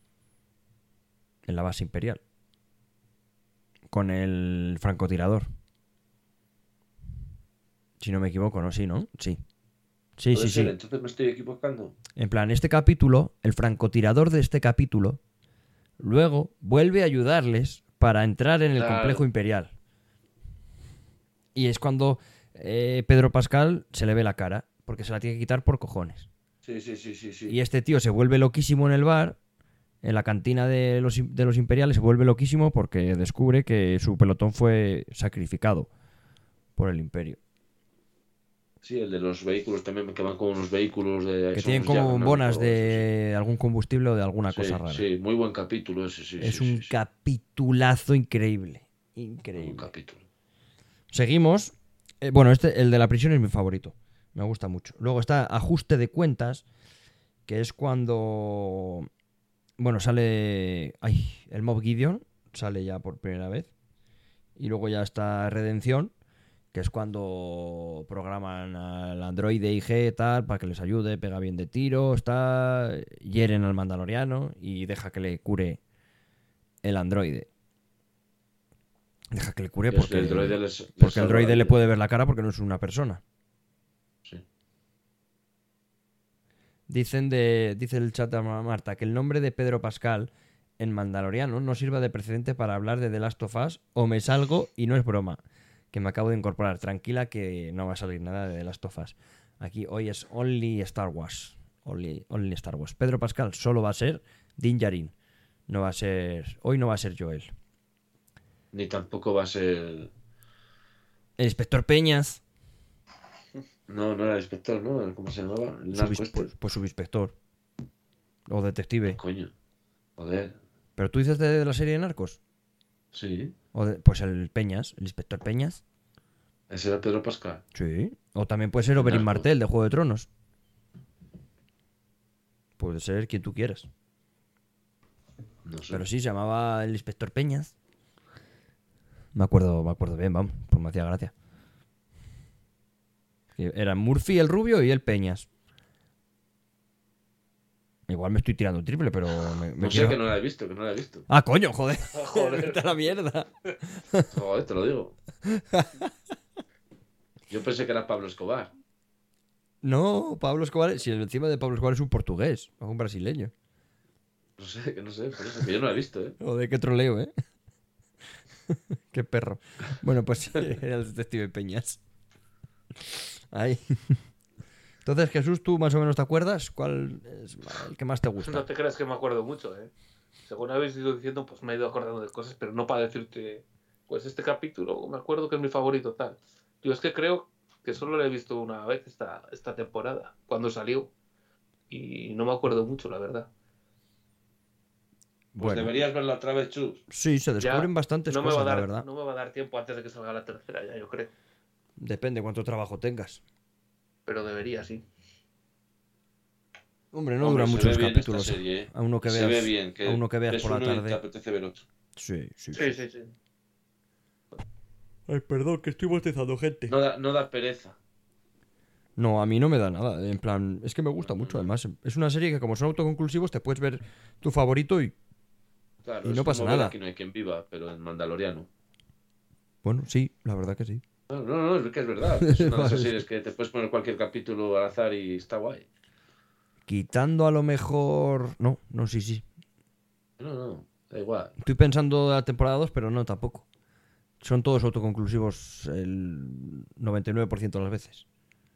En la base imperial. Con el francotirador. Si no me equivoco, ¿no? Sí, ¿no? Sí. Sí,
¿Puede
sí,
ser?
sí.
Entonces me estoy equivocando.
En plan, este capítulo, el francotirador de este capítulo, luego vuelve a ayudarles para entrar en el
Claro.
complejo imperial. Y es cuando eh, Pedro Pascal se le ve la cara, porque se la tiene que quitar por cojones.
Sí, sí, sí, sí, sí.
Y este tío se vuelve loquísimo en el bar, en la cantina de los, de los imperiales, se vuelve loquísimo porque descubre que su pelotón fue sacrificado por el imperio.
Sí, el de los vehículos también, que van con unos vehículos de...
Que
son
tienen
unos
como
Juggernaut
bombonas
o algo así,
de algún combustible o de alguna
sí.
cosa
Sí,
rara.
sí, muy buen capítulo ese, sí.
Es
sí,
un
sí, sí.
capitulazo increíble.
Muy buen
Increíble.
capítulo.
Seguimos. Eh, bueno, este, el de la prisión es mi favorito. Me gusta mucho. Luego está Ajuste de Cuentas, que es cuando... Bueno, sale... Ay, el Moff Gideon sale ya por primera vez. Y luego ya está Redención, que es cuando programan al androide I G tal, para que les ayude, pega bien de tiro, está... hieren al mandaloriano y deja que le cure el androide. Deja que le cure
Es que
porque
el droide les- les
porque el
salva
droide
la
le
vida.
puede ver la cara porque no es una persona.
Sí.
Dicen de, dice el chat a Marta que el nombre de Pedro Pascal en Mandaloriano no sirva de precedente para hablar de The Last of Us o me salgo y no es broma, que me acabo de incorporar. Tranquila que no va a salir nada de The Last of Us. Aquí hoy es Only Star Wars. Only, only Star Wars. Pedro Pascal solo va a ser Din Djarin. No va a ser... Hoy no va a ser Joel.
Ni tampoco va a ser...
El inspector Peñas.
No, no era el inspector, ¿no? ¿Cómo se llamaba? El
Subis-
narco este.
pues, pues subinspector. O detective.
Coño. Joder.
¿Pero tú dices de la serie de Narcos?
Sí.
O de- pues el Peñas, el inspector Peñas.
Ese era Pedro Pascal.
Sí. O también puede ser Oberyn
Narcos.
Martell de Juego de Tronos. Puede ser quien tú quieras.
No sé.
Pero sí, se llamaba el inspector Peñas. Me acuerdo, me acuerdo bien, vamos, pues me hacía gracia. Que Eran Murphy el rubio y el Peñas. Igual me estoy tirando un triple, pero me, me
No sé
quiero-
que no la he visto, que no la he visto.
Ah, coño, joder.
Joder.
Vete a la mierda.
Joder, te lo digo. Yo pensé que era Pablo Escobar.
No, Pablo Escobar, si encima de Pablo Escobar es un portugués, o un brasileño.
No sé, que no sé, por eso, que yo no la he visto, ¿eh?
Joder, qué troleo, ¿eh? Qué perro. Bueno, pues sí, era el detective Peñas. Ahí. Entonces, Jesús, ¿tú más o menos te acuerdas cuál es el que más te gusta?
No te creas que me acuerdo mucho, ¿eh? Según habéis ido diciendo, pues me he ido acordando de cosas, pero no para decirte, pues este capítulo me acuerdo que es mi favorito, tal. Yo es que creo que solo lo he visto una vez esta, esta temporada, cuando salió, y no me acuerdo mucho, la verdad.
Pues
Bueno,
deberías verla otra vez, Chus.
sí, se
Ya
descubren bastantes
no me va
cosas,
a dar,
la verdad.
no me va a dar tiempo antes de que salga la tercera, ya yo creo.
Depende cuánto trabajo tengas.
Pero debería, sí.
Hombre, no
Hombre,
duran
se
muchos
ve bien
capítulos.
esta serie, ¿eh?
A uno que
Se
veas,
ve bien, que
a uno que veas
ves
por la
uno y te
tarde.
apetece ver otro.
Sí, sí,
Sí, sí, sí.
Ay, perdón, que estoy bostezando, gente.
No da, no da pereza.
No, a mí no me da nada. En plan, es que me gusta
No,
mucho,
no.
además. Es una serie que como son autoconclusivos te puedes ver tu favorito y...
Claro,
Y
es
no pasa
como ver
nada.
Aquí no hay quien viva, pero en Mandaloriano.
Bueno, sí, la verdad que sí.
No, no, no, es que es verdad. Es una de
Vale,
esas
sí.
series que te puedes poner cualquier capítulo al azar y está guay.
Quitando a lo mejor... No, no, sí, sí.
No, no, da igual.
Estoy pensando de la temporada dos, pero no, tampoco. Son todos autoconclusivos el noventa y nueve por ciento de las veces.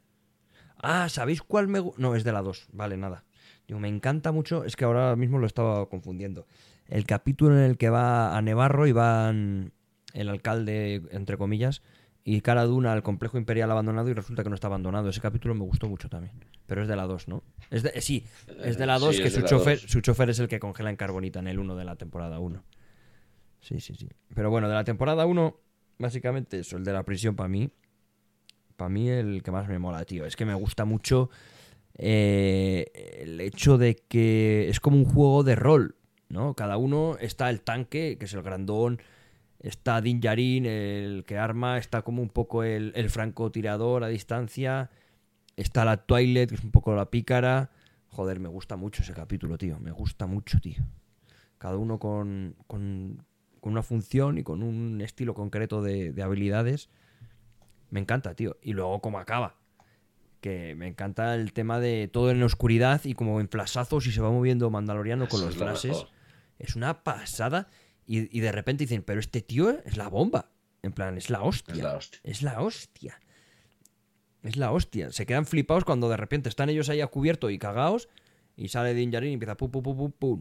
Ah, ¿sabéis cuál me... gu- No, es de la dos. Vale, nada. Digo, me encanta mucho... Es que ahora mismo lo estaba confundiendo. El capítulo en el que va a Nevarro y van el alcalde, entre comillas, y Cara Dune al complejo imperial abandonado y resulta que no está abandonado. Ese capítulo me gustó mucho también. Pero es de la dos, ¿no? Es de... eh, Sí, es de la
Eh,
dos
sí,
que
es
su
de la
chofer,
dos.
su chofer es el que congela en carbonita en el uno de la temporada uno. Sí, sí, sí. Pero bueno, de la temporada uno, básicamente eso, el de la prisión para mí. Para mí el que más me mola, tío. Es que me gusta mucho eh, el hecho de que es como un juego de rol, ¿no? Cada uno está el tanque, que es el grandón, está Din Djarin, el que arma, está como un poco el, el francotirador a distancia, está la Twilight, que es un poco la pícara. Joder, me gusta mucho ese capítulo, tío. Me gusta mucho, tío. Cada uno con, con, con una función y con un estilo concreto de, de habilidades. Me encanta, tío. Y luego cómo acaba. Que me encanta el tema de todo en la oscuridad y como en flashazos y se va moviendo Mandaloriano con
Eso
los
es lo
flashes.
mejor.
Es una pasada. Y, y de repente dicen, pero este tío es la bomba. En plan, es la hostia.
Es la hostia.
Es la hostia. Es la hostia. Se quedan flipados cuando de repente están ellos ahí a cubierto y cagados. Y sale Din Djarin y empieza pum, pum, pum, pum, pum.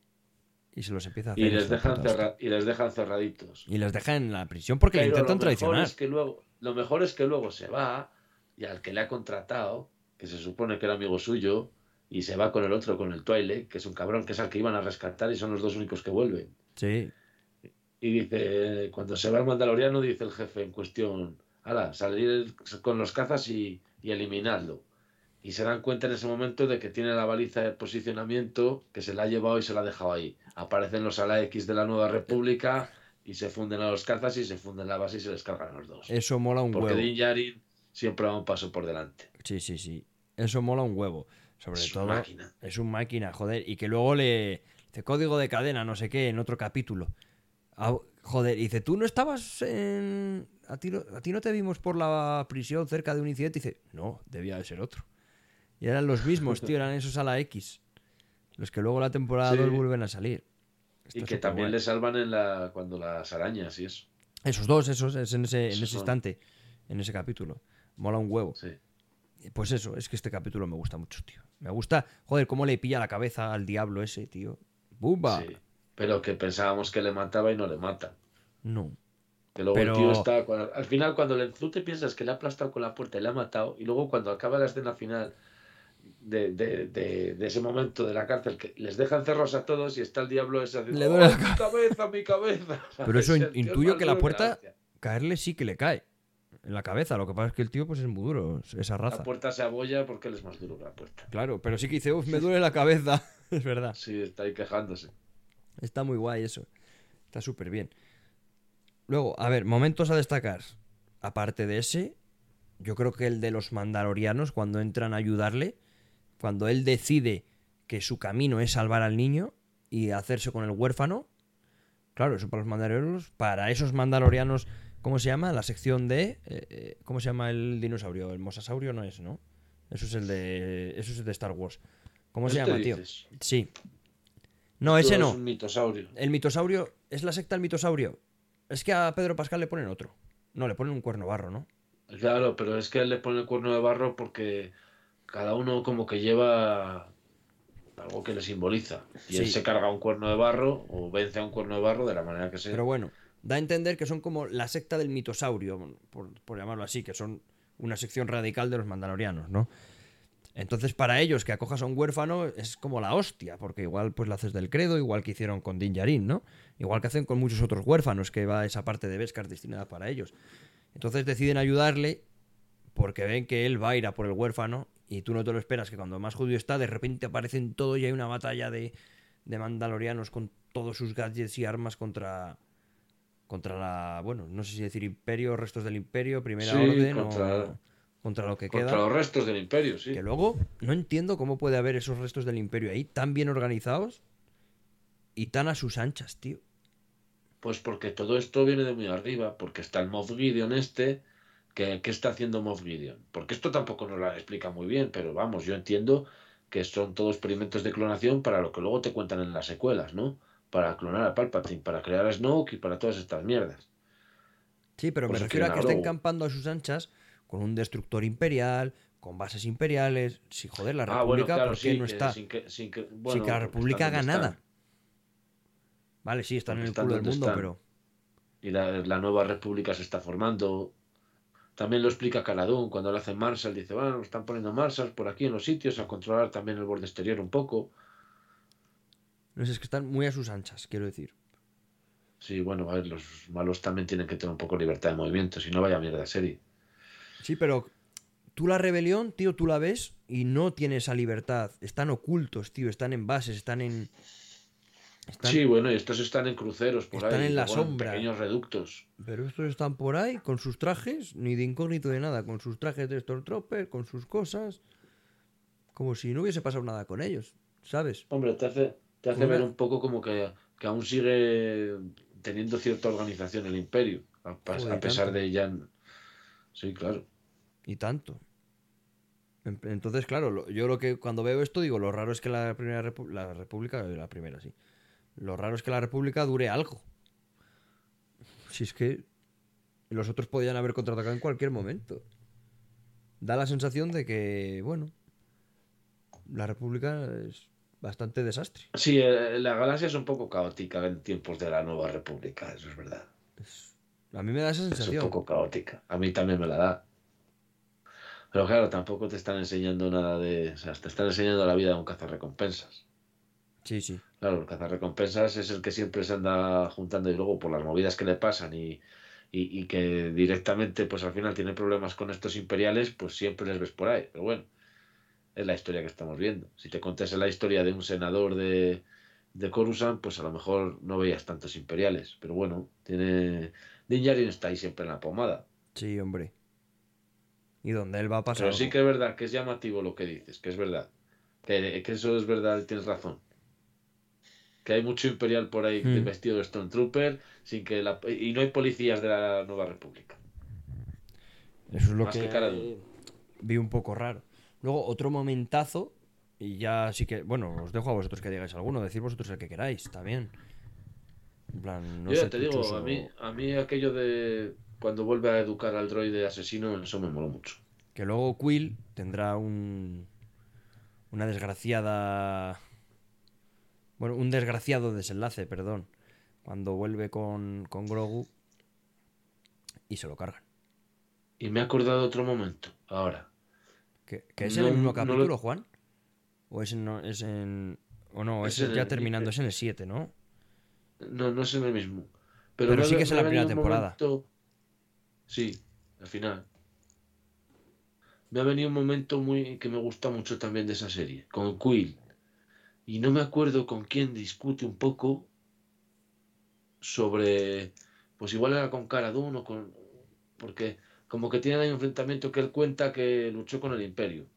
Y se los empieza a hacer.
Y les,
es la
dejan
puta hostia.
cerra- y les dejan cerraditos.
Y les deja en la prisión porque le
Pero
intentan
lo mejor
traicionar.
es que luego, lo mejor es que luego se va y al que le ha contratado, que se supone que era amigo suyo, y se va con el otro, con el Twilight, que es un cabrón, que es al que iban a rescatar y son los dos únicos que vuelven.
Sí.
Y dice, cuando se va el Mandaloriano, dice el jefe en cuestión, ala, salir con los cazas y, y eliminarlo. Y se dan cuenta en ese momento de que tiene la baliza de posicionamiento, que se la ha llevado y se la ha dejado ahí. Aparecen los ala X de la Nueva República y se funden a los cazas y se funden la base y se les cargan los dos.
Eso mola un
Porque
huevo.
Din Djarin siempre va un paso por delante.
Sí, sí, sí. Eso mola un huevo. Sobre
Es
todo,
una máquina.
es un máquina, joder. Y que luego le dice código de cadena, no sé qué, en otro capítulo. Ah, joder, y dice, ¿tú no estabas en... A ti, no- a ti no te vimos por la prisión cerca de un incidente? Y dice, no, debía de ser otro. Y eran los mismos, tío, eran esos a la X. Los que luego la temporada
Sí.
dos vuelven a salir.
Y
Está
que
superguay.
también le salvan en la cuando las arañas y eso.
Esos dos, esos, es en ese, en
Esos
ese
son.
instante, en ese capítulo. Mola un huevo.
Sí.
Pues eso, es que este capítulo me gusta mucho, tío. Me gusta, joder, cómo le pilla la cabeza al diablo ese, tío. ¡Bumba!
Sí. Pero que pensábamos que le mataba y no le mata.
No.
Que luego
Pero-
el tío está. cuando- al final, cuando le, tú te piensas que le ha aplastado con la puerta y le ha matado, y luego cuando acaba la escena final de, de, de, de ese momento de la cárcel, que les dejan cerrados a todos y está el diablo ese haciendo.
Le duele
"Oh,
la
mi cabeza, mi cabeza!
Pero eso
Es
in-
el tío
intuyo
más
que la
duro
puerta-
hostia.
Caerle sí que le cae en la cabeza. Lo que pasa es que el tío pues es muy duro, esa raza.
La puerta se abolla porque él es más duro la puerta.
Claro, pero sí que dice, uff, me duele la cabeza. Es verdad.
Sí, está ahí quejándose.
Está muy guay eso. Está súper bien. Luego, a ver, momentos a destacar. Aparte de ese, yo creo que el de los mandalorianos, cuando entran a ayudarle, cuando él decide que su camino es salvar al niño y hacerse con el huérfano. Claro, eso para los mandalorianos. Para esos mandalorianos, ¿cómo se llama? La sección de... eh, eh, ¿Cómo se llama el dinosaurio? El mosasaurio no es, ¿no? Eso es el de... Eso es el de Star Wars. ¿Cómo se
¿Este
llama, tío?
dices?
Sí. No, ese
Esto
no.
Es un mitosaurio.
El mitosaurio. ¿Es la secta del mitosaurio? Es que a Pedro Pascal le ponen otro. No, le ponen un cuerno barro, ¿no?
Claro, pero es que él le pone el cuerno de barro porque cada uno como que lleva algo que le simboliza. Y él
Sí,
se carga un cuerno de barro o vence a un cuerno de barro de la manera que
pero
sea.
bueno, da a entender que son como la secta del mitosaurio, por, por llamarlo así, que son una sección radical de los mandalorianos, ¿no? Entonces, para ellos, que acojas a un huérfano es como la hostia, porque igual pues lo haces del credo, igual que hicieron con Din Djarin, ¿no? Igual que hacen con muchos otros huérfanos, que va esa parte de Beskar destinada para ellos. Entonces deciden ayudarle porque ven que él va a ir a por el huérfano y tú no te lo esperas, que cuando más judío está, de repente aparecen todo y hay una batalla de, de mandalorianos con todos sus gadgets y armas contra, contra la, bueno, no sé si decir imperio, restos del imperio, primera
Sí,
orden
contra,
o contra lo que
contra
queda.
los restos del imperio,
Que
sí.
luego no entiendo cómo puede haber esos restos del imperio ahí tan bien organizados y tan a sus anchas, tío.
Pues porque todo esto viene de muy arriba, porque está el Moff Gideon este, que, ¿qué está haciendo Moff Gideon? Porque esto tampoco nos lo explica muy bien, pero vamos, yo entiendo que son todos experimentos de clonación para lo que luego te cuentan en las secuelas, ¿no? Para clonar a Palpatine, para crear a Snoke y para todas estas mierdas.
Sí, pero
Por
me
eso
refiero a
quieren a
que estén
Grogu.
campando a sus anchas con un destructor imperial, con bases imperiales. Si joder, la
Ah, bueno,
República,
claro,
¿por qué
sí,
no
que
está?
sin que, sin que,
Sin que
bueno,
la
porque están
República
donde
haga nada.
están,
Vale, sí, están en
porque
el
están
culo del
donde
mundo,
están.
pero...
Y la, la nueva república se está formando. También lo explica Caladún cuando le hacen Marshall, dice, bueno, están poniendo Marshalls por aquí en los sitios a controlar también el borde exterior un poco.
No sé, es que están muy a sus anchas, quiero decir.
Sí, bueno, a ver, los malos también tienen que tener un poco de libertad de movimiento, si no vaya mierda de serie.
Sí, pero tú la rebelión, tío, tú la ves y no tiene esa libertad. Están ocultos, tío, están en bases, están en... Están,
Sí, bueno, y estos están en cruceros por
están
ahí, y
en la
luego en
sombra.
pequeños reductos.
Pero estos están por ahí con sus trajes, ni de incógnito de nada, con sus trajes de Stormtrooper, con sus cosas, como si no hubiese pasado nada con ellos, ¿sabes?
Hombre, te hace, te
Con
hace ver
una...
un poco como que, que aún sigue teniendo cierta organización el imperio, a, pas-
Joder, y
a pesar
tanto,
de ya... Sí, claro.
y tanto. En- Entonces, claro, lo- yo lo que cuando veo esto digo, lo raro es que la primera repu- la república, la primera, sí. Lo raro es que la república dure algo. Si es que los otros podían haber contraatacado en cualquier momento. Da la sensación de que, bueno, la república es bastante desastre.
Sí, eh, la galaxia es un poco caótica en tiempos de la nueva república, eso es verdad.
A mí me da esa
Es un
sensación.
poco caótica. A mí también me la da. Pero claro, tampoco te están enseñando nada de... O sea, te están enseñando la vida de un cazarrecompensas.
Sí, sí.
Claro, el cazarrecompensas es el que siempre se anda juntando y luego por las movidas que le pasan y, y, y que directamente pues al final tiene problemas con estos imperiales, pues siempre les ves por ahí. Pero bueno, es la historia que estamos viendo. Si te contase la historia de un senador de, de Coruscant, pues a lo mejor no veías tantos imperiales. Pero bueno, tiene... Din Djarin está ahí siempre en la pomada.
Sí, hombre. Y donde él va pasa
Pero sí
algo.
que es verdad que es llamativo lo que dices, que es verdad. Que, que eso es verdad, tienes razón. Que hay mucho imperial por ahí de
Hmm.
vestido de Stormtrooper sin que la, y no hay policías de la Nueva República.
Eso es lo
Más que Cara Dune.
que vi un poco raro. Luego, otro momentazo, y ya sí que, bueno, os dejo a vosotros que digáis alguno, decir vosotros el que queráis, está bien. En plan, no
Yo ya
sé,
te
tú,
digo, a mí,
Chuso,
a mí aquello de cuando vuelve a educar al droide asesino, eso me moló mucho.
que luego Quill tendrá un, una desgraciada, bueno, un desgraciado desenlace, perdón, cuando vuelve con, con Grogu y se lo cargan.
Y me he acordado de otro momento, ahora.
¿Que, que es en
No,
el mismo
no lo,
capítulo, Juan? ¿O es en, no, es en... O no, es
es en
ya
el,
terminando,
eh,
es en el siete, ¿no?
no, no es en el mismo. Pero
Pero
me,
sí que
ha-
es en
me ha
la primera
venido un
temporada.
momento, sí, al final. Me ha venido un momento muy que me gusta mucho también de esa serie, con Quill. Y no me acuerdo con quién discute un poco sobre, pues igual era con Cara Dune o con, porque como que tienen ahí un enfrentamiento que él cuenta que luchó con el Imperio,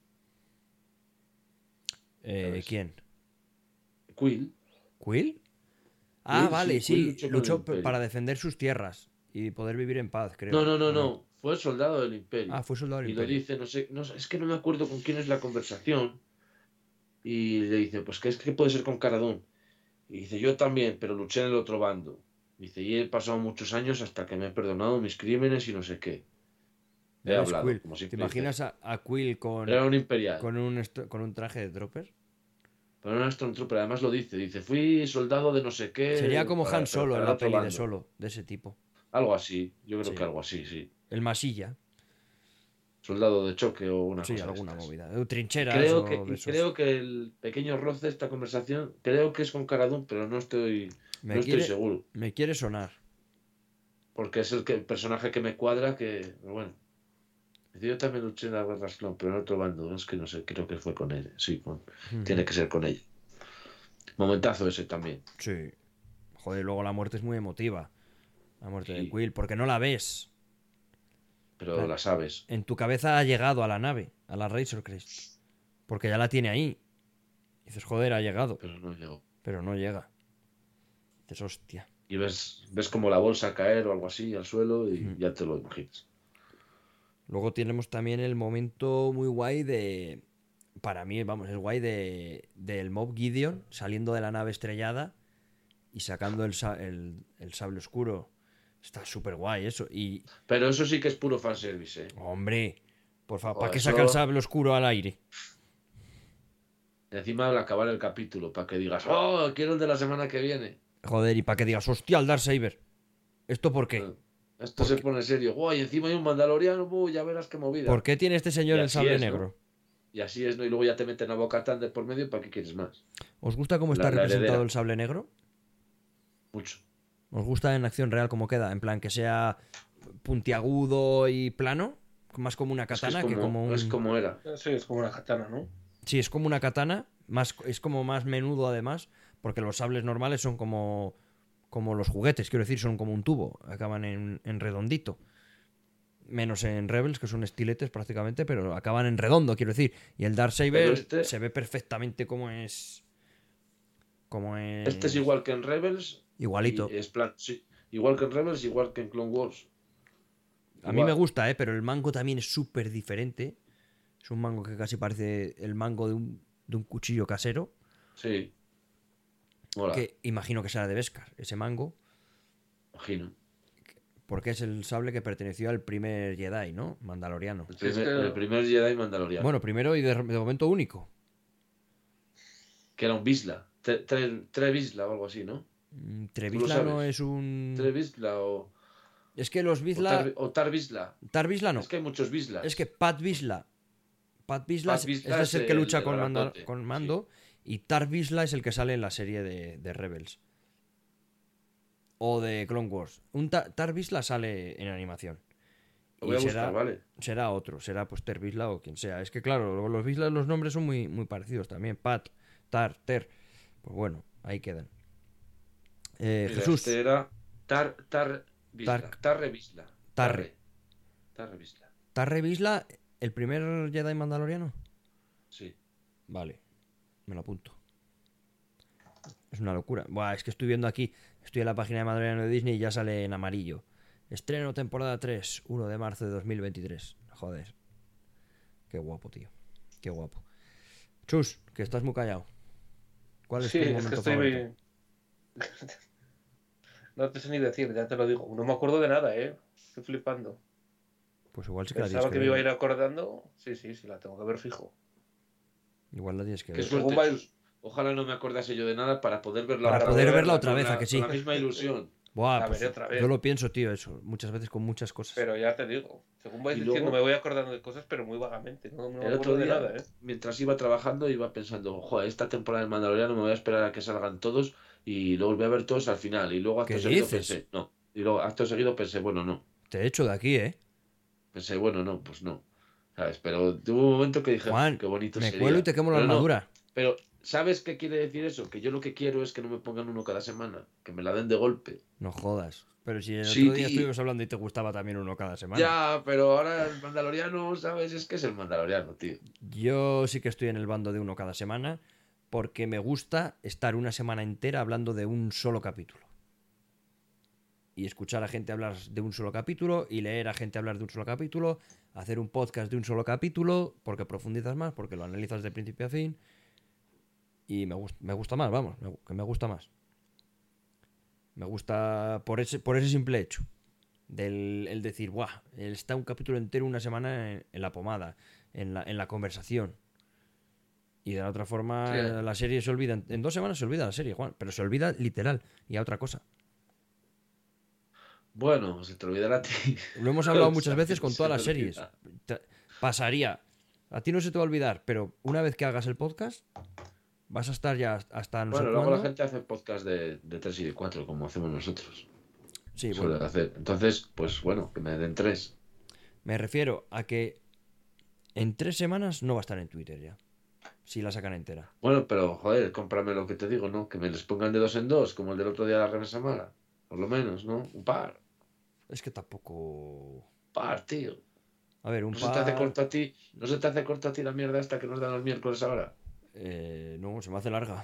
Eh,
¿sabes?
¿quién?
Quill,
¿Quill? Ah,
Quill,
vale,
sí, Quill
sí,
luchó con el
luchó p- para
Imperio.
defender sus tierras y poder vivir en paz,
No,
creo.
no, no,
¿O no?
no, fue soldado del
Ah,
Imperio.
fue soldado del
Y lo
Imperio.
dice, no sé, no, sé- es que no me acuerdo con quién es la conversación. Y le dice, pues que es que puede ser con Cara Dune. Y dice, yo también, pero luché en el otro bando. Dice, y he pasado muchos años hasta que me he perdonado mis crímenes y no sé qué. He
¿Ves,
hablado,
Quill?
como
¿Te
siempre
imaginas a, a Quill con,
dice. Era un imperial.
con, un, est- con un traje de Dropper?
Pero no era Stormtrooper, además lo dice. Dice, fui soldado de no sé qué.
Sería como
para-
Han
pero
Solo
para
en
el
la
otro
peli de
bando.
Solo, de ese tipo.
Algo así, yo creo
Sí.
que algo así, sí.
El masilla.
Soldado de choque o una
Sí,
cosa de
alguna
estas.
movida. De trincheras
Creo
o
que,
de
y
esos.
creo que el pequeño roce de esta conversación, creo que es con Cara Dune, pero no estoy,
Me
no
quiere,
estoy seguro.
me quiere sonar.
Porque es el, que, el personaje que me cuadra que, pero bueno. Yo también luché en la Guerra Clon, pero en otro bando. Es que no sé, creo que fue con él. Sí, con, tiene que ser con ella. Momentazo ese también.
Sí. Joder, luego la muerte es muy emotiva. La muerte de
Sí.
Quill, porque no la ves.
Pero
Claro.
la sabes.
En tu cabeza ha llegado a la nave, a la Razor Crest. Porque ya la tiene ahí. Dices, joder, ha llegado.
Pero no llegó.
Pero no llega. Dices, hostia.
Y ves, ves como la bolsa caer o algo así al suelo y
Ujú.
ya te lo imaginas.
Luego tenemos también el momento muy guay de... Para mí, vamos, es guay de del Moff Gideon saliendo de la nave estrellada y sacando el, sa- el, el sable oscuro. Está súper guay eso. Y,
Pero eso sí que es puro fanservice, ¿eh?
hombre, por favor, ¿para
Joder,
qué saca el
eso-
sable oscuro al aire?
Y encima al acabar el capítulo, para que digas, oh, quiero el de la semana que viene.
Joder, y para que digas, hostia, el Darksaber. ¿Esto por qué?
Esto se pone serio. Guay, encima hay un mandaloriano, uh, ya verás qué movida.
¿Por qué tiene este señor
Y
el
así
sable
es, ¿no?
negro?
Y así es, ¿no? Y luego ya te meten a Bo-Katan de por medio, ¿para qué quieres más?
¿Os gusta cómo
La-
está
la
representado
heredera.
el sable negro?
Mucho.
¿Os gusta en acción real cómo queda? En plan, que sea puntiagudo y plano. Más como una
Es que es
katana que
como,
como un...
es como era.
Sí, es como una katana, ¿no?
Sí, es como una katana. Más, es como más menudo además. Porque los sables normales son como... Como los juguetes, quiero decir, son como un tubo. Acaban en, en redondito. Menos en Rebels, que son estiletes prácticamente, pero acaban en redondo, quiero decir. Y el Darksaber
Pero este-
se ve perfectamente como es... Como es...
Este es igual que en Rebels.
Igualito.
Y es plan, sí. Igual que en Rebels, igual que en Clone Wars.
A mí
Igual.
me gusta, ¿eh? Pero el mango también es súper diferente. Es un mango que casi parece el mango de un, de un cuchillo casero.
Sí. Mola,
Que imagino que será de Beskar, ese mango.
imagino.
Porque es el sable que perteneció al primer Jedi, ¿no? Mandaloriano.
El
Sí, es
primer,
que-
el primer Jedi Mandaloriano.
Bueno, primero y de, de momento único.
Que era un Visla. Tre, tre, Tre Visla o algo así, ¿no?
Mm,
Tú
Trevisla
lo
no
sabes.
es un...
Tre Visla o,
Es que los
o,
Visla...
Tar, o Tar Visla.
Tar Visla no.
Es que hay muchos Vislas.
Es que Pat Visla. Pat Visla,
Pat
es,
Vizsla
este es el que
es
lucha
el
con, Manda-
grandote,
con
sí.
Mando. Y Tar Visla es el que sale en la serie de, de Rebels. O de Clone Wars. Un Ta- Tar Visla sale en animación.
Lo voy a
Y
buscar,
será,
¿vale?
será otro, será pues Ter Visla o quien sea. Es que claro, luego los Vislas, los nombres son muy, muy parecidos también. Pat, Tar, Ter. Pues bueno, ahí quedan. Eh,
Mira,
Jesús,
este era Tar, tar Visla.
Tar-
Tarre Visla.
Tarre.
Tarre Visla.
¿Tarre Visla el primer Jedi mandaloriano?
Sí.
Vale, me lo apunto. Es una locura. Buah, es que estoy viendo aquí, estoy en la página de Mandaloriano de Disney y ya sale en amarillo. Estreno temporada tres, uno de marzo de dos mil veintitrés. Joder. Qué guapo, tío. Qué guapo. Chus, que estás muy callado. ¿Cuál es
Sí,
tu
es
momento
que estoy
favorito?
muy... No te sé ni decir, ya te lo digo. No me acuerdo de nada, ¿eh? Estoy flipando.
Pues igual sí que la tienes
Pensaba
que
que me iba a
ver.
ir acordando. Sí, sí, sí, la tengo que ver fijo.
Igual la tienes que
Qué
ver.
suerte,
Según va-
Chus. Ojalá no me acordase yo de nada para poder verla
Para
otra
poder
vez,
verla
con
otra vez,
la-
¿a que sí?
Con la misma ilusión.
Buah,
La
pues
veré otra vez.
yo lo pienso, tío, eso. Muchas veces con muchas cosas.
Pero ya te digo, según vais
Y
diciendo,
luego-
me voy acordando de cosas, pero muy vagamente. No, no me
El
acuerdo
otro
de
día,
nada, ¿eh?
mientras iba trabajando, iba pensando, joder, esta temporada del Mandaloriano me voy a esperar a que salgan todos y luego voy a ver todos al final. Y luego acto
¿Qué
seguido
dices?
pensé, no. Y luego acto seguido pensé, bueno, no.
Te he hecho de aquí, ¿eh?
Pensé, bueno, no, pues no. ¿Sabes? Pero tuvo un momento que dije,
Juan,
qué bonito
me
sería.
cuelo y te quemo la
Pero no,
armadura.
pero, ¿sabes qué quiere decir eso? Que yo lo que quiero es que no me pongan uno cada semana, que me la den de golpe.
No jodas. Pero si el
Sí,
otro día
tío.
estuvimos hablando y te gustaba también uno cada semana.
Ya, pero ahora el Mandaloriano, ¿sabes? Es que es el Mandaloriano, tío.
Yo sí que estoy en el bando de uno cada semana porque me gusta estar una semana entera hablando de un solo capítulo. Y escuchar a gente hablar de un solo capítulo y leer a gente hablar de un solo capítulo, hacer un podcast de un solo capítulo porque profundizas más, porque lo analizas de principio a fin. Y me, gust- me gusta más, vamos, me, que me gusta más. Me gusta por ese, por ese simple hecho. del el decir, buah, está un capítulo entero una semana en, en la pomada, en la, en la conversación. Y de la otra forma,
Sí.
eh, la serie se olvida. En, en dos semanas se olvida la serie, Juan. Pero se olvida literal y a otra cosa.
Bueno, se te olvidará a ti.
Lo hemos hablado
O
muchas
sea,
veces con
se
todas
me
las series.
olvida.
Te- pasaría. A ti no se te va a olvidar, pero una vez que hagas el podcast, vas a estar ya hasta no
Bueno,
sé
luego
cuándo.
la gente hace podcast de, de tres y de cuatro, como hacemos nosotros.
Sí,
Suele
bueno.
hacer. Entonces, pues bueno, que me den tres.
Me refiero a que en tres semanas no va a estar en Twitter ya. Si la sacan entera.
Bueno, pero joder, cómprame lo que te digo, ¿no? Que me les pongan de dos en dos, como el del otro día de la remesa mala. Por lo menos, ¿no? Un par.
Es que tampoco.
Par, tío.
A ver, un
¿No se te hace
par.
corto a ti? ¿No se te hace corto a ti la mierda esta que nos dan los miércoles ahora?
Eh, no, se me hace larga.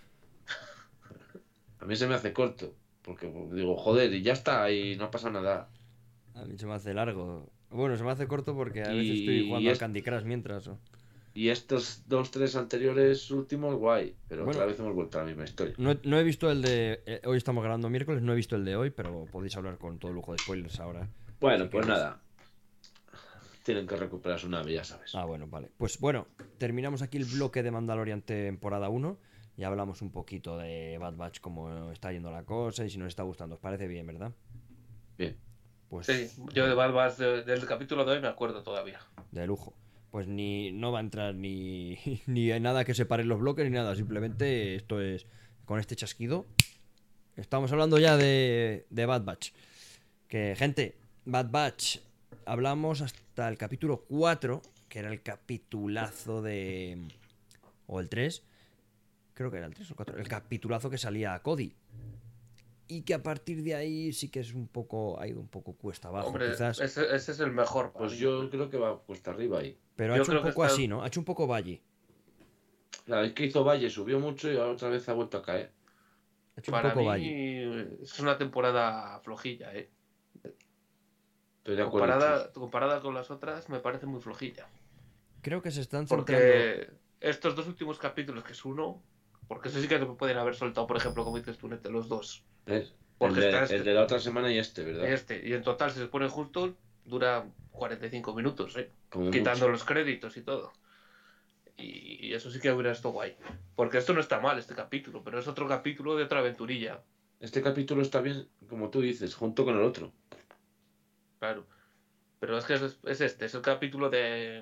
A mí se me hace corto. Porque digo, joder, y ya está, y no pasa nada.
A mí se me hace largo. Bueno, se me hace corto porque a veces
Y-
estoy jugando
y
al
es-
Candy Crush mientras. o-
Y estos dos, tres anteriores últimos, guay. Pero
Bueno.
otra vez hemos vuelto a la misma historia.
No he, no he visto el de. eh, hoy estamos grabando miércoles, no he visto el de hoy, pero podéis hablar con todo lujo de spoilers ahora.
Bueno,
si
pues
queréis.
nada. Tienen que recuperar su nave, ya sabes.
Ah, bueno, vale. Pues bueno, terminamos aquí el bloque de Mandalorian temporada uno. Y hablamos un poquito de Bad Batch, cómo está yendo la cosa y si nos está gustando. ¿Os parece bien, verdad?
Bien.
Pues
Sí, yo de Bad Batch de- del capítulo de hoy me acuerdo todavía.
de lujo. Pues ni no va a entrar ni, ni hay nada que separe los bloques ni nada. Simplemente esto es con este chasquido. Estamos hablando ya de, de Bad Batch. Que, gente, Bad Batch. Hablamos hasta el capítulo cuatro, que era el capitulazo de... O el tres. Creo que era el tres o el cuatro. El capitulazo que salía a Cody. Y que a partir de ahí sí que es un poco... Ha ido un poco cuesta abajo,
Hombre,
quizás.
ese, ese es el mejor. para
Pues
mí.
yo creo que va cuesta arriba ahí.
Pero ha
yo
hecho un
creo que
poco
está-
así, ¿no? Ha hecho un poco valle.
La vez que hizo Valle subió mucho y ahora otra vez ha vuelto a caer.
Ha hecho
Para
un poco
mí
valle.
es una temporada flojilla, ¿eh?
Estoy de acuerdo.
Comparada, comparada con las otras, me parece muy flojilla.
Creo que se están centrando...
Porque estos dos últimos capítulos, que es uno, porque eso sí que pueden haber soltado, por ejemplo, como dices tú, entre los dos.
¿Ves? El
Porque
de,
está este-
el de la otra semana y este, ¿verdad?
Este, y en total, si se ponen juntos, dura cuarenta y cinco minutos, ¿eh?
Como
Quitando
mucho.
los créditos y todo. Y, y eso sí que hubiera estado guay. Porque esto no está mal, este capítulo, pero es otro capítulo de otra aventurilla.
Este capítulo está bien, como tú dices, junto con el otro.
Claro. Pero es que es, es este, es el capítulo de.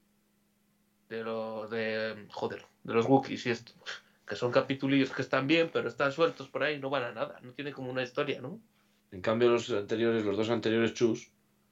De los. De. Joder, de los Wookiees y esto. Que son capitulillos que están bien, pero están sueltos por ahí, no van a nada. No tiene como una historia, ¿no?
En cambio, los anteriores, los dos anteriores chus,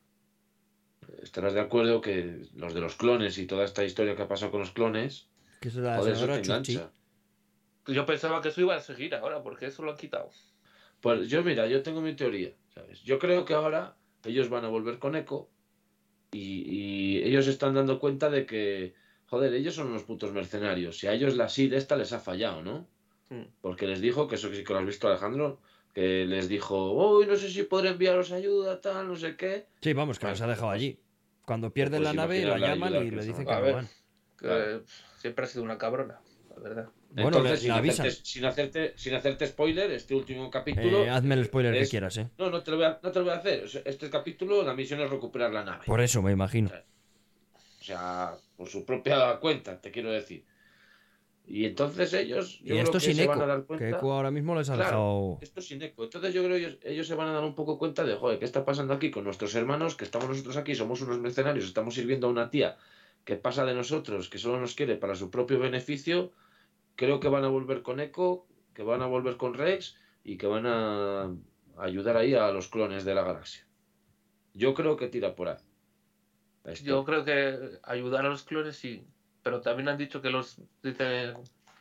estarás de acuerdo que los de los clones y toda esta historia que ha pasado con los clones,
Que es la
joder, eso
señora
te
Chuchi.
engancha.
Yo pensaba que eso iba a seguir ahora, porque eso lo han quitado.
Pues yo, mira, yo tengo mi teoría, ¿sabes? Yo creo que ahora ellos van a volver con Echo y, y ellos están dando cuenta de que, joder, ellos son unos putos mercenarios. Y a ellos la S I D esta les ha fallado, ¿no?
Mm.
Porque les dijo, que eso sí que lo has visto, Alejandro, que les dijo, uy, no sé si podré enviaros ayuda, tal, no sé qué.
Sí, vamos, que
Vale,
los ha dejado
pues-
allí. Cuando pierden
pues
la nave, la
imaginaos la
llaman
ayuda
y
que
le
les
dicen
han
que
A
no
ver.
van.
Que
Claro.
siempre ha sido una cabrona, la verdad.
Bueno,
Entonces,
le,
sin,
le avisan.
hacerte, sin, hacerte, sin hacerte spoiler, este último capítulo...
Eh, hazme el spoiler que
es-
quieras, ¿eh?
No, no te, lo voy a, no te lo voy a hacer. O sea, este capítulo, la misión es recuperar la nave.
Por eso, me imagino.
O sea, por su propia cuenta, te quiero decir. Y entonces ellos,
Y
yo creo
esto
que
sin
se
Echo,
van a dar
que
cuenta...
Echo ahora mismo les ha
Claro.
dejado...
Esto es sin eco. Entonces yo creo que ellos, ellos se van a dar un poco cuenta de, joder, ¿qué está pasando aquí con nuestros hermanos? Que estamos nosotros aquí, somos unos mercenarios, estamos sirviendo a una tía que pasa de nosotros, que solo nos quiere para su propio beneficio. Creo que van a volver con Echo, que van a volver con Rex y que van a ayudar ahí a los clones de la galaxia. Yo creo que tira por ahí. la historia.
Yo creo que ayudar a los clones sí, pero también han dicho que los dicen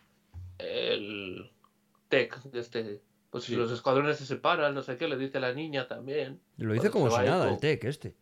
el tech de este, pues
Sí.
los escuadrones se separan, no sé qué, le dice la niña también.
Lo dice
Cuando
como
se
si
va
nada,
Echo.
el tech este.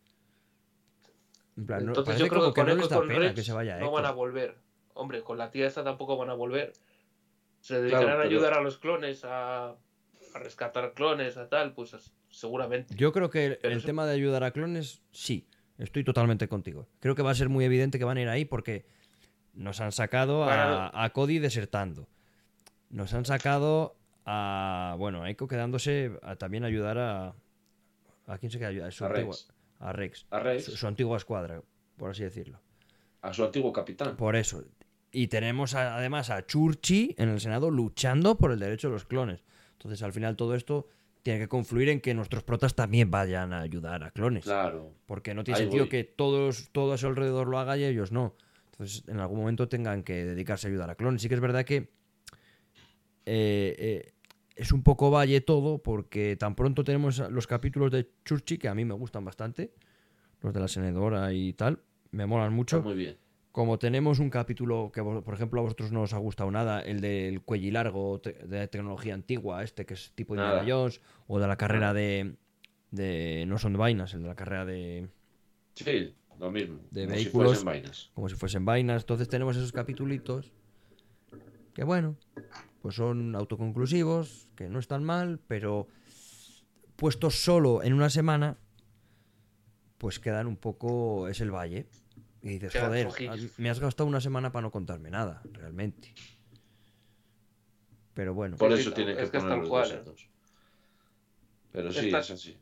En plan, no-
Entonces
parece
yo creo
como
que
que
con
no
Echo
les
y
da
con
pena
Rex
que se vaya
no
Echo.
van a volver. Hombre, con la tía esta tampoco van a volver. Se
Claro,
dedicarán a
pero-
ayudar a los clones, a, a rescatar clones, a tal, pues as- seguramente.
Yo creo que el,
Pero
el
eso-
tema de ayudar a clones, sí. Estoy totalmente contigo. Creo que va a ser muy evidente que van a ir ahí porque nos han sacado a,
Claro.
a Cody desertando. Nos han sacado a, bueno, a Echo quedándose a también ayudar a, ¿A quién se queda ayudar? Su
A
antigua-
Rex.
A Rex.
A Rex.
Su, su antigua escuadra, por así decirlo.
A su antiguo capitán.
Por eso. Y tenemos a- además a Churchi en el Senado luchando por el derecho de los clones. Entonces, al final, todo esto tiene que confluir en que nuestros protas también vayan a ayudar a clones.
Claro.
Porque no tiene
Ahí
sentido
voy.
que todos, todo a su alrededor lo haga y ellos no. Entonces, en algún momento tengan que dedicarse a ayudar a clones. Sí que es verdad que eh, eh, es un poco valle todo, porque tan pronto tenemos los capítulos de Churchi, que a mí me gustan bastante, los de la senadora y tal, me molan mucho.
Está muy bien.
Como tenemos un capítulo que, vos- por ejemplo, a vosotros no os ha gustado nada, el del cuellilargo te- de tecnología antigua, este que es tipo Indiana
Nada.
Jones, o de la carrera
Nada.
de, de... No son de vainas, el de la carrera de...
Sí, lo mismo.
De
como
vehículos.
si fuesen vainas.
como si fuesen vainas. Entonces tenemos esos capitulitos que, bueno, pues son autoconclusivos, que no están mal, pero puestos solo en una semana, pues quedan un poco... Es el valle. Y dices,
Quedan
joder,
flojillos.
me has gastado una semana para no contarme nada, realmente. Pero bueno,
Por
Sí, sí,
eso
tal-
tienen que
es que es
poner
tal
los
cual,
dos
¿eh?
en dos. Pero sí,
Esta-
es así.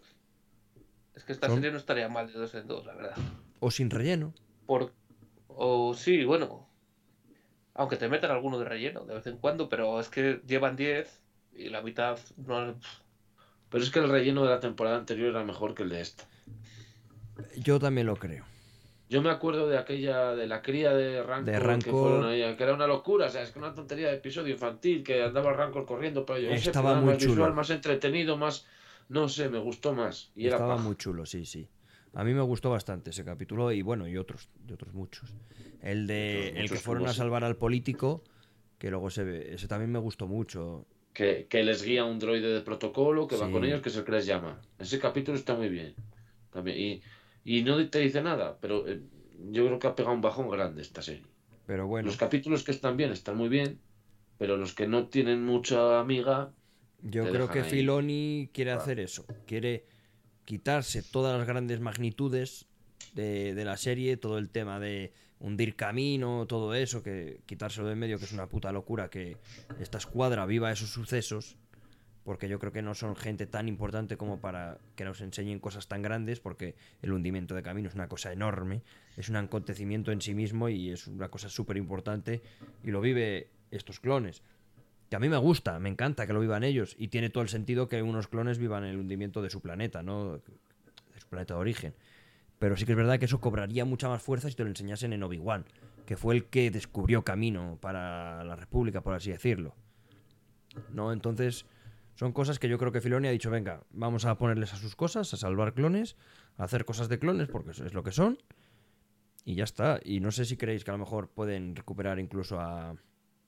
Es que esta
Son-
serie no estaría mal de dos en dos, la verdad.
o sin relleno.
Por... O sí, bueno. Aunque te metan alguno de relleno de vez en cuando, pero es que llevan diez y la mitad no.
Pero es que el relleno de la temporada anterior era mejor que el de esta.
Yo también lo creo.
Yo me acuerdo de aquella, de la cría de Rancor,
De
que
Rancor.
fueron ahí, que era una locura, o sea, es que una tontería de episodio infantil, que andaba Rancor corriendo, pero yo no sé,
Estaba
pero era
muy
más
chulo.
visual, más entretenido, más, no sé, me gustó más. Y era
Estaba
paja.
muy chulo, sí, sí. A mí me gustó bastante ese capítulo y bueno, y otros, y otros muchos. El de
Otros
el que
muchos
fueron
como
a
sí.
salvar al político, que luego se ve, ese también me gustó mucho.
Que, que les guía un droide de protocolo que va
Sí.
con ellos, que es el que les llama. Ese capítulo está muy bien. También. Y, y no te dice nada, pero eh, yo creo que ha pegado un bajón grande esta serie.
Pero bueno,
Los capítulos que están bien están muy bien, pero los que no tienen mucha amiga,
yo
te
creo
dejan
que
ahí.
Filoni quiere
Ah.
hacer eso. Quiere quitarse todas las grandes magnitudes de, de la serie, todo el tema de hundir camino, todo eso, que quitárselo de en medio, que es una puta locura que esta escuadra viva esos sucesos, porque yo creo que no son gente tan importante como para que nos enseñen cosas tan grandes, porque el hundimiento de camino es una cosa enorme, es un acontecimiento en sí mismo y es una cosa súper importante y lo vive estos clones. Que a mí me gusta, me encanta que lo vivan ellos y tiene todo el sentido que unos clones vivan el hundimiento de su planeta, ¿no? De su planeta de origen. Pero sí que es verdad que eso cobraría mucha más fuerza si te lo enseñasen en Obi-Wan, que fue el que descubrió camino para la República, por así decirlo. ¿No? Entonces, son cosas que yo creo que Filoni ha dicho, venga, vamos a ponerles a sus cosas, a salvar clones, a hacer cosas de clones, porque eso es lo que son, y ya está. Y no sé si creéis que a lo mejor pueden recuperar incluso a...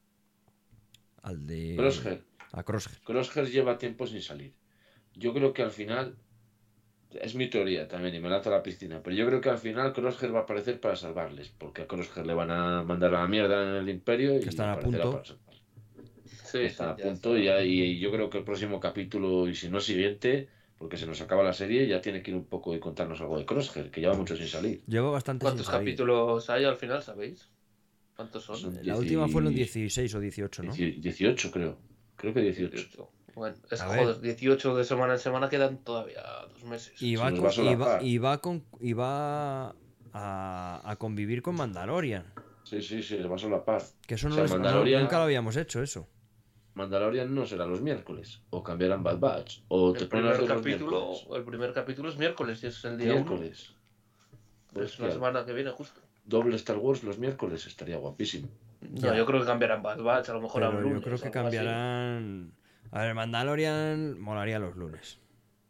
al de...
Crosshair.
a Crosshair.
Crosshair lleva tiempo sin salir. Yo creo que al final, es mi teoría también, y me lanzo a la piscina, pero yo creo que al final Crosshair va a aparecer para salvarles, porque a Crosshair le van a mandar a la mierda en el Imperio y
Que están a
aparecerá
punto.
para salvarles.
Sí,
Están
sí,
a
ya
punto y,
está.
ya- y yo creo que el próximo capítulo, y si no el siguiente, porque se nos acaba la serie, ya tiene que ir un poco y contarnos algo de Crosshair, que lleva mucho sin salir.
Lleva bastante sin
¿Cuántos
salir.
capítulos hay al final, sabéis? ¿Cuántos son?
Son
La
dieci-
última fueron dieciséis o dieciocho, ¿no?
dieci- dieciocho creo. Creo que dieciocho.
dieciocho. Bueno, es
A
que,
ver.
joder, dieciocho de semana en semana quedan todavía dos meses.
Y
Se
va,
nos
con-
va a
y
solapar.
va- y va con- y va a, a convivir con Mandalorian.
Sí, sí, sí, le va a solapar.
Que eso no,
O sea,
les- no-
Mandalorian-
nunca lo habíamos hecho, eso.
Mandalorian no será los miércoles, o cambiarán Bad Batch, o te
El
ponen las
primer
dos los
capítulo,
miércoles.
el primer capítulo es miércoles y es el día uno.
Miércoles.
Es la
Hostia,
semana que viene, justo.
doble Star Wars los miércoles, estaría guapísimo.
No,
Ya.
yo creo que cambiarán Bad Batch, a lo mejor a
Pero
un
yo
lunes.
creo que
o algo así.
cambiarán... A ver, Mandalorian molaría los lunes.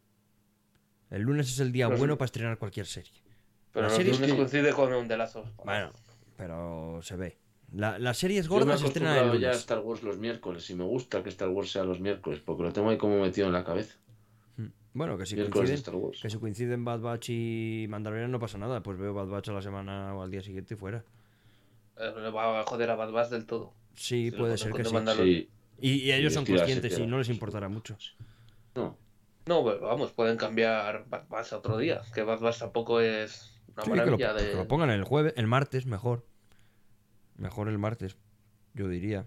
El lunes es el día
Los
bueno
lu-
para estrenar cualquier serie.
Pero
La
los
serie es
lunes
que-
coincide con un de lazos.
Bueno, pero se ve. La- las series
Yo me he
gordas se estrenan el
acostumbrado ya a
lunes.
Star Wars los miércoles, y me gusta que Star Wars sea los miércoles, porque lo tengo ahí como metido en la cabeza.
Bueno, que si
Miércoles de
coinciden,
Star Wars.
que si coinciden Bad Batch y Mandalorian no pasa nada. Pues veo Bad Batch a la semana o al día siguiente y fuera.
Eh, le va a joder a Bad Batch del todo.
Sí,
Si
puede
lo
ser
ponen
que
con
sí.
Mandalor-
Sí,
Y, y ellos
Sí,
son
estirarse,
conscientes y
estirarse.
no les importará mucho.
no.
No, pero vamos, pueden cambiar Bad Batch a otro día. Que Bad Batch tampoco es una
Sí, que lo,
maravilla
que
de.
lo pongan el jueves, el martes, mejor. Mejor el martes, yo diría.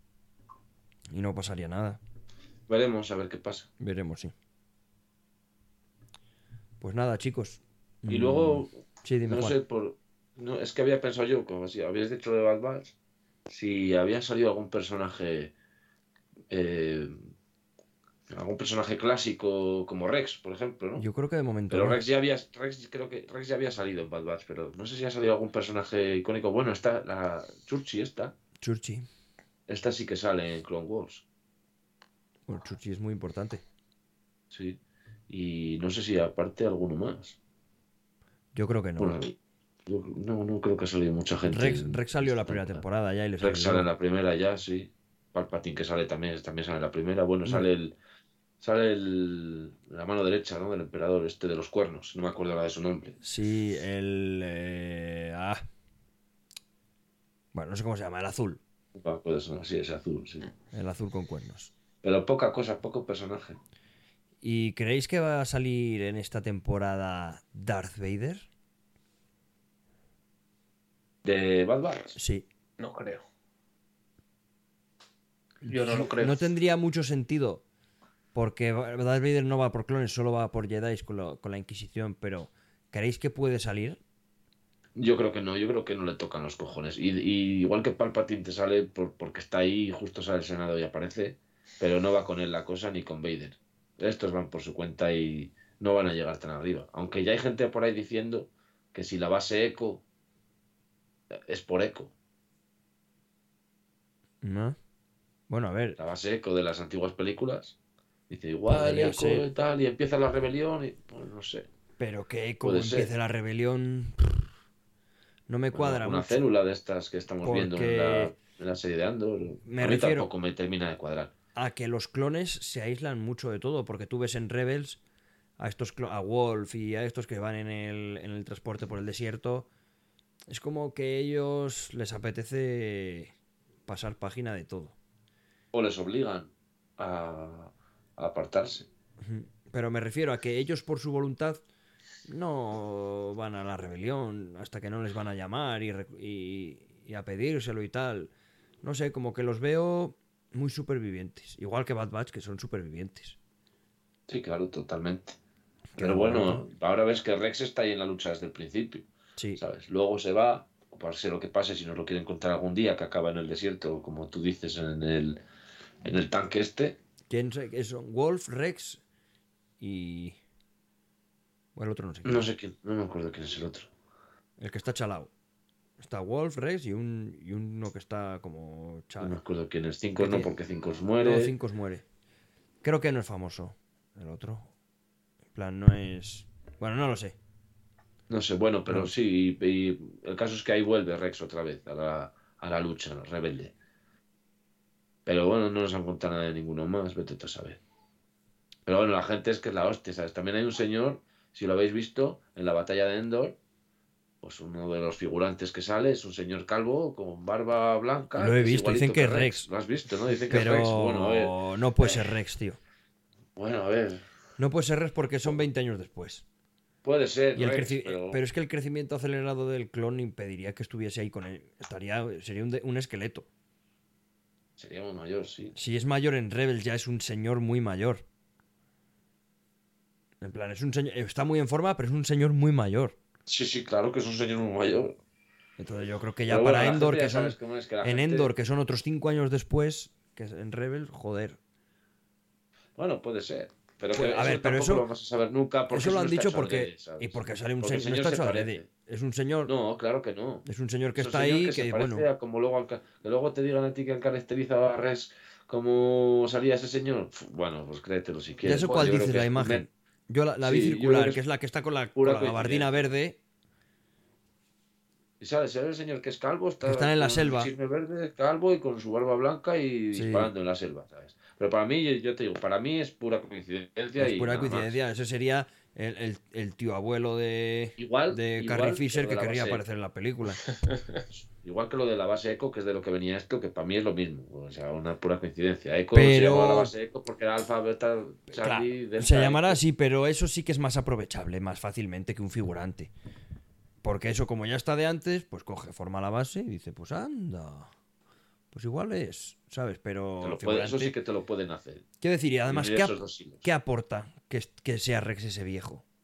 Y no pasaría nada.
Veremos a ver qué pasa.
Veremos, sí. Pues nada, chicos.
Y
Mm,
luego,
Sí, dime,
no
Juan.
sé, por no, es que había pensado yo, como si habías dicho de Bad Batch, si había salido algún personaje, eh, algún personaje clásico como Rex, por ejemplo, ¿no?
Yo creo que de momento
Pero
no.
Rex ya había, Rex, creo que Rex ya había salido en Bad Batch, pero no sé si ha salido algún personaje icónico. Bueno, está la Churchi esta,
Churchi.
esta sí que sale en Clone Wars,
Bueno, Churchi es muy importante.
sí. Y no sé si aparte alguno más.
Yo creo que no.
Bueno, yo no, no creo que ha salido mucha gente
Rex,
en
Rex salió
esta
la primera
temporada.
temporada ya y les
Rex sale en
ayudó.
la primera ya, sí. Palpatine que sale también, también sale en la primera. Bueno,
Bueno,
sale el, sale el, la mano derecha, ¿no? Del emperador este de los cuernos. No me acuerdo ahora de su nombre.
sí, el... eh, Ah, bueno, no sé cómo se llama, el azul.
No me acuerdo de su nombre. Sí, es azul, sí.
El azul con cuernos.
Pero poca cosa, poco personaje.
¿Y creéis que va a salir en esta temporada Darth Vader?
¿De Bad Batch?
Sí.
No creo. Yo no lo creo.
No tendría mucho sentido, porque Darth Vader no va por clones, solo va por Jedi con, lo- con la Inquisición, pero ¿creéis que puede salir?
Yo creo que no, yo creo que no le tocan los cojones. Y, y igual que Palpatine te sale por- porque está ahí, justo sale el Senado y aparece, pero no va con él la cosa ni con Vader. Estos van por su cuenta y no van a llegar tan arriba. Aunque ya hay gente por ahí diciendo que si la base Echo es por Echo.
¿No? Bueno, a ver,
La base Echo de las antiguas películas. Dice igual
podría
Echo y
ser,
tal, y empieza la rebelión y pues no sé.
pero que como
Puede
empiece
ser.
la rebelión, no me
Bueno,
cuadra
alguna
mucho,
célula de estas que estamos viendo en la,
porque
en la serie de Andor.
me
A mí
refiero
tampoco me termina de cuadrar.
a que los clones se aíslan mucho de todo, porque tú ves en Rebels a estos clo- a Wolf y a estos que van en el, en el transporte por el desierto, es como que ellos les apetece pasar página de todo.
O les obligan a, a apartarse.
Ujú. Pero me refiero a que ellos por su voluntad no van a la rebelión hasta que no les van a llamar y, rec- y- y a pedírselo y tal. No sé, como que los veo muy supervivientes. Igual que Bad Batch, que son supervivientes.
Sí, claro, totalmente.
Que de
Pero
momento,
bueno, ahora ves que Rex está ahí en la lucha desde el principio,
sí.
¿sabes? Luego se va, pase lo que pase, si nos lo quieren contar algún día, que acaba en el desierto, como tú dices, en el, en el tanque este.
¿Quién se- qué son? Wolf, Rex y... O el otro no sé quién
No
es.
sé quién, no me acuerdo quién es el otro.
El que está chalao. Está Wolf, Rex y, un, y uno que está como...
No me
Cha...
acuerdo quién es. Cinco
que
no,
tiene-
porque Cinco
No,
muere.
Cinco muere. Creo que no es famoso el otro. En plan, no es... Bueno, no lo sé.
No sé, bueno,
No
pero
lo sé.
sí, y, y el caso es que ahí vuelve Rex otra vez a la, a la lucha rebelde. Pero bueno, no nos han contado nada de ninguno más, vete tú a saber. Pero bueno, la gente es que es la hostia, ¿sabes? También hay un señor, si lo habéis visto, en la batalla de Endor, pues uno de los figurantes que sale es un señor calvo con barba blanca,
Lo he
que es
visto, dicen
igualito
que
que
es
Rex.
Rex.
Lo has visto, ¿no? Dicen que es Rex. Bueno, a ver.
Pero no puede
eh,
ser Rex, tío.
bueno, a ver.
No puede ser Rex porque son veinte años después.
Puede ser
Y el
Rex,
creci-
pero
Pero es que el crecimiento acelerado del clon impediría que estuviese ahí con él. Estaría... Sería un, de- un esqueleto.
sería muy mayor, sí.
Si es mayor en Rebels ya es un señor muy mayor. En plan, es un señor... Está muy en forma, pero es un señor muy mayor.
Sí, sí, claro que es un señor muy mayor.
Entonces yo creo que ya
Pero bueno,
para
la
Endor,
gente ya
que son...
sabes cómo es que la
En
gente...
Endor, que son otros cinco años después, que es en Rebels, joder.
Bueno, puede ser. Pero
Pues,
que
a
eso
ver, pero
tampoco
eso...
lo vamos a saber nunca porque
Eso lo
no
han
está
dicho
hecho
porque...
adrede, ¿sabes?
Y porque sale un
Porque el
señor... No
señor
está
se
hecho
parece.
adrede. Es un señor...
No, claro que no.
Es un señor que
Es un
está
señor
ahí,
que se
que
parece
bueno...
a como luego, al ca- que luego te digan a ti que caracteriza a Res como salía ese señor. Pf, Bueno, pues créetelo si
Ya
quieres.
sé
Bueno,
cuál
yo creo
dices
que
la
es
imagen. Yo la, la vi
Sí, yo creo
circular,
que
que
es
es la que está con la, con
pura
la gabardina
coincidencia.
verde,
Y sale, sale el señor que es calvo,
que están
está
en la
con
selva.
chisme verde, calvo y con su barba blanca y
Sí,
disparando en la selva, ¿sabes? Pero para mí, yo, yo te digo, para mí es pura coincidencia
es
y
pura
nada más.
coincidencia. Ese sería el, el- el tío abuelo de,
Igual,
de
igual
Carrie
que
Fisher
lo de
que
la
querría
base
aparecer en
Echo.
la película.
Igual que lo de la base Echo, que es de lo que venía esto, que para mí es lo mismo. O sea, una pura coincidencia. Echo se llamaba la
Pero,
base Echo porque era alfa, beta,
claro,
Charlie, Delta,
se llamará
Echo.
así, pero eso sí que es más aprovechable, más fácilmente que un figurante. Porque eso, como ya está de antes, pues coge, forma la base y dice, pues anda, pues igual es, ¿sabes?
Te
Pero
lo puede- eso sí
figurante...
que te lo pueden hacer.
¿Qué decir? Y
Y
además,
unir
¿qué,
esos
ap-
dos hilos.
qué aporta que, que sea Rex ese viejo?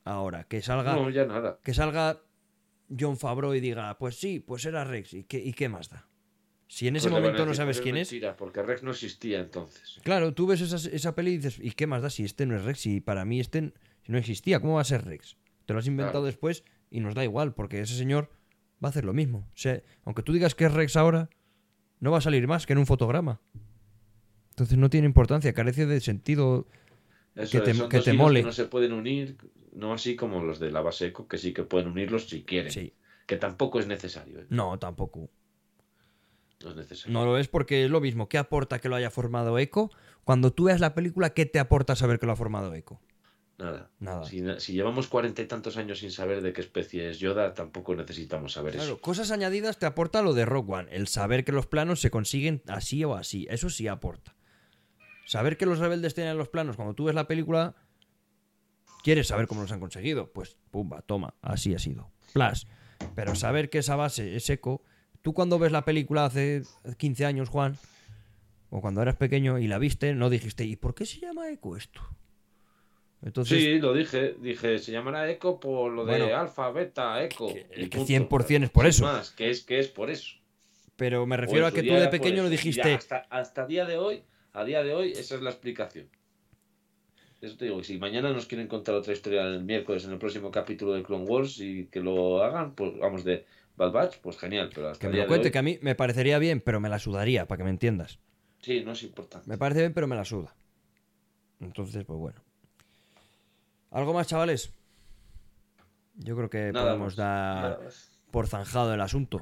ahora, que salga,
No, ya nada.
que salga Jon Favreau y diga, pues sí, pues era Rex, ¿y qué, y qué más da? Si en ese
Pues le van a
momento no
decir,
sabes
pues
quién es,
mentira, porque Rex no existía entonces.
claro, tú ves esa, esa peli y dices, ¿y qué más da si este no es Rex? Y para mí este no existía, ¿cómo va a ser Rex? Te lo has inventado
Claro.
después y nos da igual, porque ese señor va a hacer lo mismo. O sea, aunque tú digas que es Rex ahora, no va a salir más que en un fotograma. Entonces no tiene importancia, carece de sentido.
Eso
Que te-
es, son
que
dos
te
hilos
mole.
que no se pueden unir, no así como los de la base eco, que sí que pueden unirlos si quieren.
Sí,
Que tampoco es necesario, ¿eh?
no, tampoco.
No es necesario.
No lo es porque es lo mismo. ¿Qué aporta que lo haya formado Echo? Cuando tú veas la película, ¿qué te aporta saber que lo ha formado Echo?
Nada.
Nada.
Si, si llevamos cuarenta y tantos años sin saber de qué especie es Yoda, tampoco necesitamos saber
Claro,
eso.
cosas añadidas te aporta lo de Rogue One. El saber que los planos se consiguen así o así. Eso sí aporta. Saber que los rebeldes tienen los planos, cuando tú ves la película, quieres saber cómo los han conseguido. Pues, pumba, toma, así ha sido. Plus. Pero saber que esa base es Echo. Tú cuando ves la película hace quince años, Juan, o cuando eras pequeño y la viste, no dijiste, ¿y por qué se llama Echo esto? Entonces,
Sí, lo dije. Dije, se llamará Eco por lo de
Bueno,
alfa, beta, Eco.
que-
y
que
punto.
cien por ciento es por
Sin
eso.
Más, que es que es por eso.
pero me
O
refiero
en
a
su
que tú
día
de
era por
pequeño no
eso. Y
dijiste,
ya hasta, hasta día de hoy, a día de hoy, esa es la explicación. Eso te digo, que si mañana nos quieren contar otra historia el miércoles en el próximo capítulo de Clone Wars y que lo hagan, pues vamos de Bad Batch, pues genial, pero hasta
que me
día
lo cuente,
de hoy,
que a mí me parecería bien, pero me la sudaría, para que me entiendas.
sí, no es importante.
Me parece bien, pero me la suda. Entonces, pues bueno. ¿Algo más, chavales? Yo creo que
Nada
podemos
más.
dar
Nada más.
por zanjado el asunto.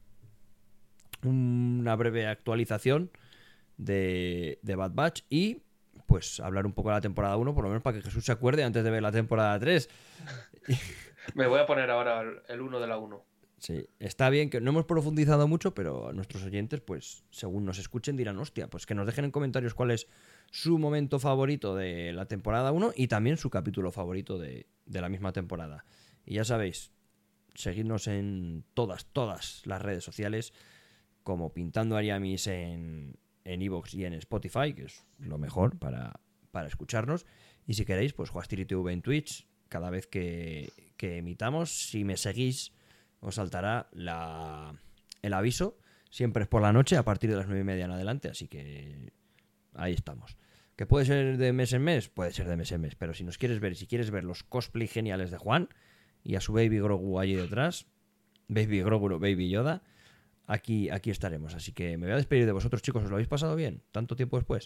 Una breve actualización de, de Bad Batch y pues hablar un poco de la temporada uno, por lo menos para que Jesús se acuerde antes de ver la temporada tres.
Me voy a poner ahora el- el uno de la uno.
Sí, está bien que no hemos profundizado mucho, pero a nuestros oyentes, pues según nos escuchen dirán, hostia, pues que nos dejen en comentarios cuál es su momento favorito de la temporada uno y también su capítulo favorito de, de la misma temporada. Y ya sabéis, seguidnos en todas, todas las redes sociales, como Pintando Ariamis en en iVoox y en Spotify, que es lo mejor para, para escucharnos. Y si queréis, pues Juastiri T V en Twitch, cada vez que, que emitamos, si me seguís, os saltará la, el aviso. Siempre es por la noche, a partir de las nueve y media en adelante, así que ahí estamos. ¿Que puede ser de mes en mes? Puede ser de mes en mes, pero si nos quieres ver, si quieres ver los cosplay geniales de Juan y a su Baby Grogu allí detrás, Baby Grogu, no, Baby Yoda, aquí, aquí estaremos. Así que me voy a despedir de vosotros, chicos. ¿Os lo habéis pasado bien? ¿Tanto tiempo después?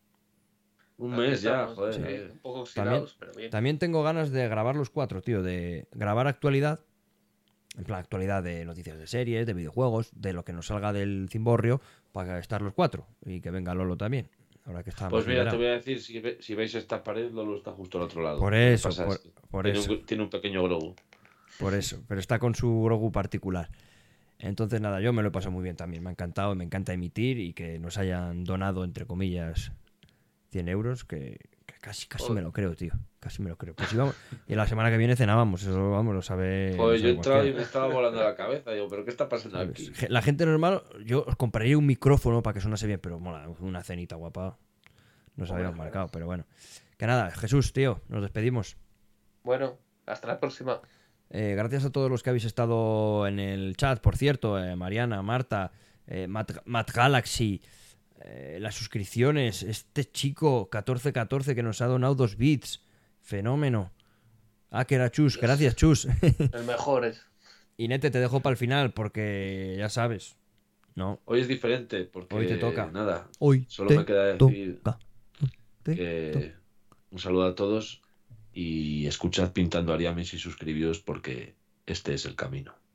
Un
Aquí
mes ya,
estamos,
joder.
sí,
eh.
un poco
También,
oxidados, pero bien.
también tengo ganas de grabar los cuatro, tío, de grabar actualidad, en plan actualidad de noticias de series, de videojuegos, de lo que nos salga del cimborrio, para estar los cuatro y que venga Lolo también. Ahora que está
Pues
más
mira, te
liberado.
voy a decir, si, ve- si veis esta pared, Lolo está justo al otro lado.
Por
Lo que
eso,
pasa
por-
es que
por
tiene,
eso.
Un, tiene un pequeño globo.
Por eso, pero está con su Grogu particular. Entonces, nada, yo me lo he pasado muy bien también. Me ha encantado, me encanta emitir y que nos hayan donado, entre comillas, cien euros, que, que casi, casi
Joder.
me lo creo, tío. Casi me lo creo. Pues íbamos- y la semana que viene cenábamos, eso vamos, lo sabe. lo
Pues yo
sabe
he entrado y
cualquiera.
me estaba volando la cabeza. Digo, ¿pero qué está pasando
¿Sabes?
aquí?
Ge- La gente normal, yo os compraría un micrófono para que sonase bien, pero mola, una cenita guapa. Nos
Hombre,
habíamos
claro.
marcado, pero bueno. Que nada, Jesús, tío, nos despedimos.
Bueno, hasta la próxima.
Eh, gracias a todos los que habéis estado en el chat, por cierto, eh, Mariana, Marta, eh, Matt, Matt Galaxy, eh, las suscripciones, este chico catorce catorce que nos ha donado dos bits, fenómeno. Ah, que era Chus, gracias Chus.
El mejor es.
Y Nete, te dejo para el final porque ya sabes, ¿no?
Hoy es diferente porque
Hoy te toca.
nada,
Hoy
solo
te
me queda decir
toca. Te
que un saludo a todos y escuchad Pintando Ariamis y suscribíos porque este es el camino.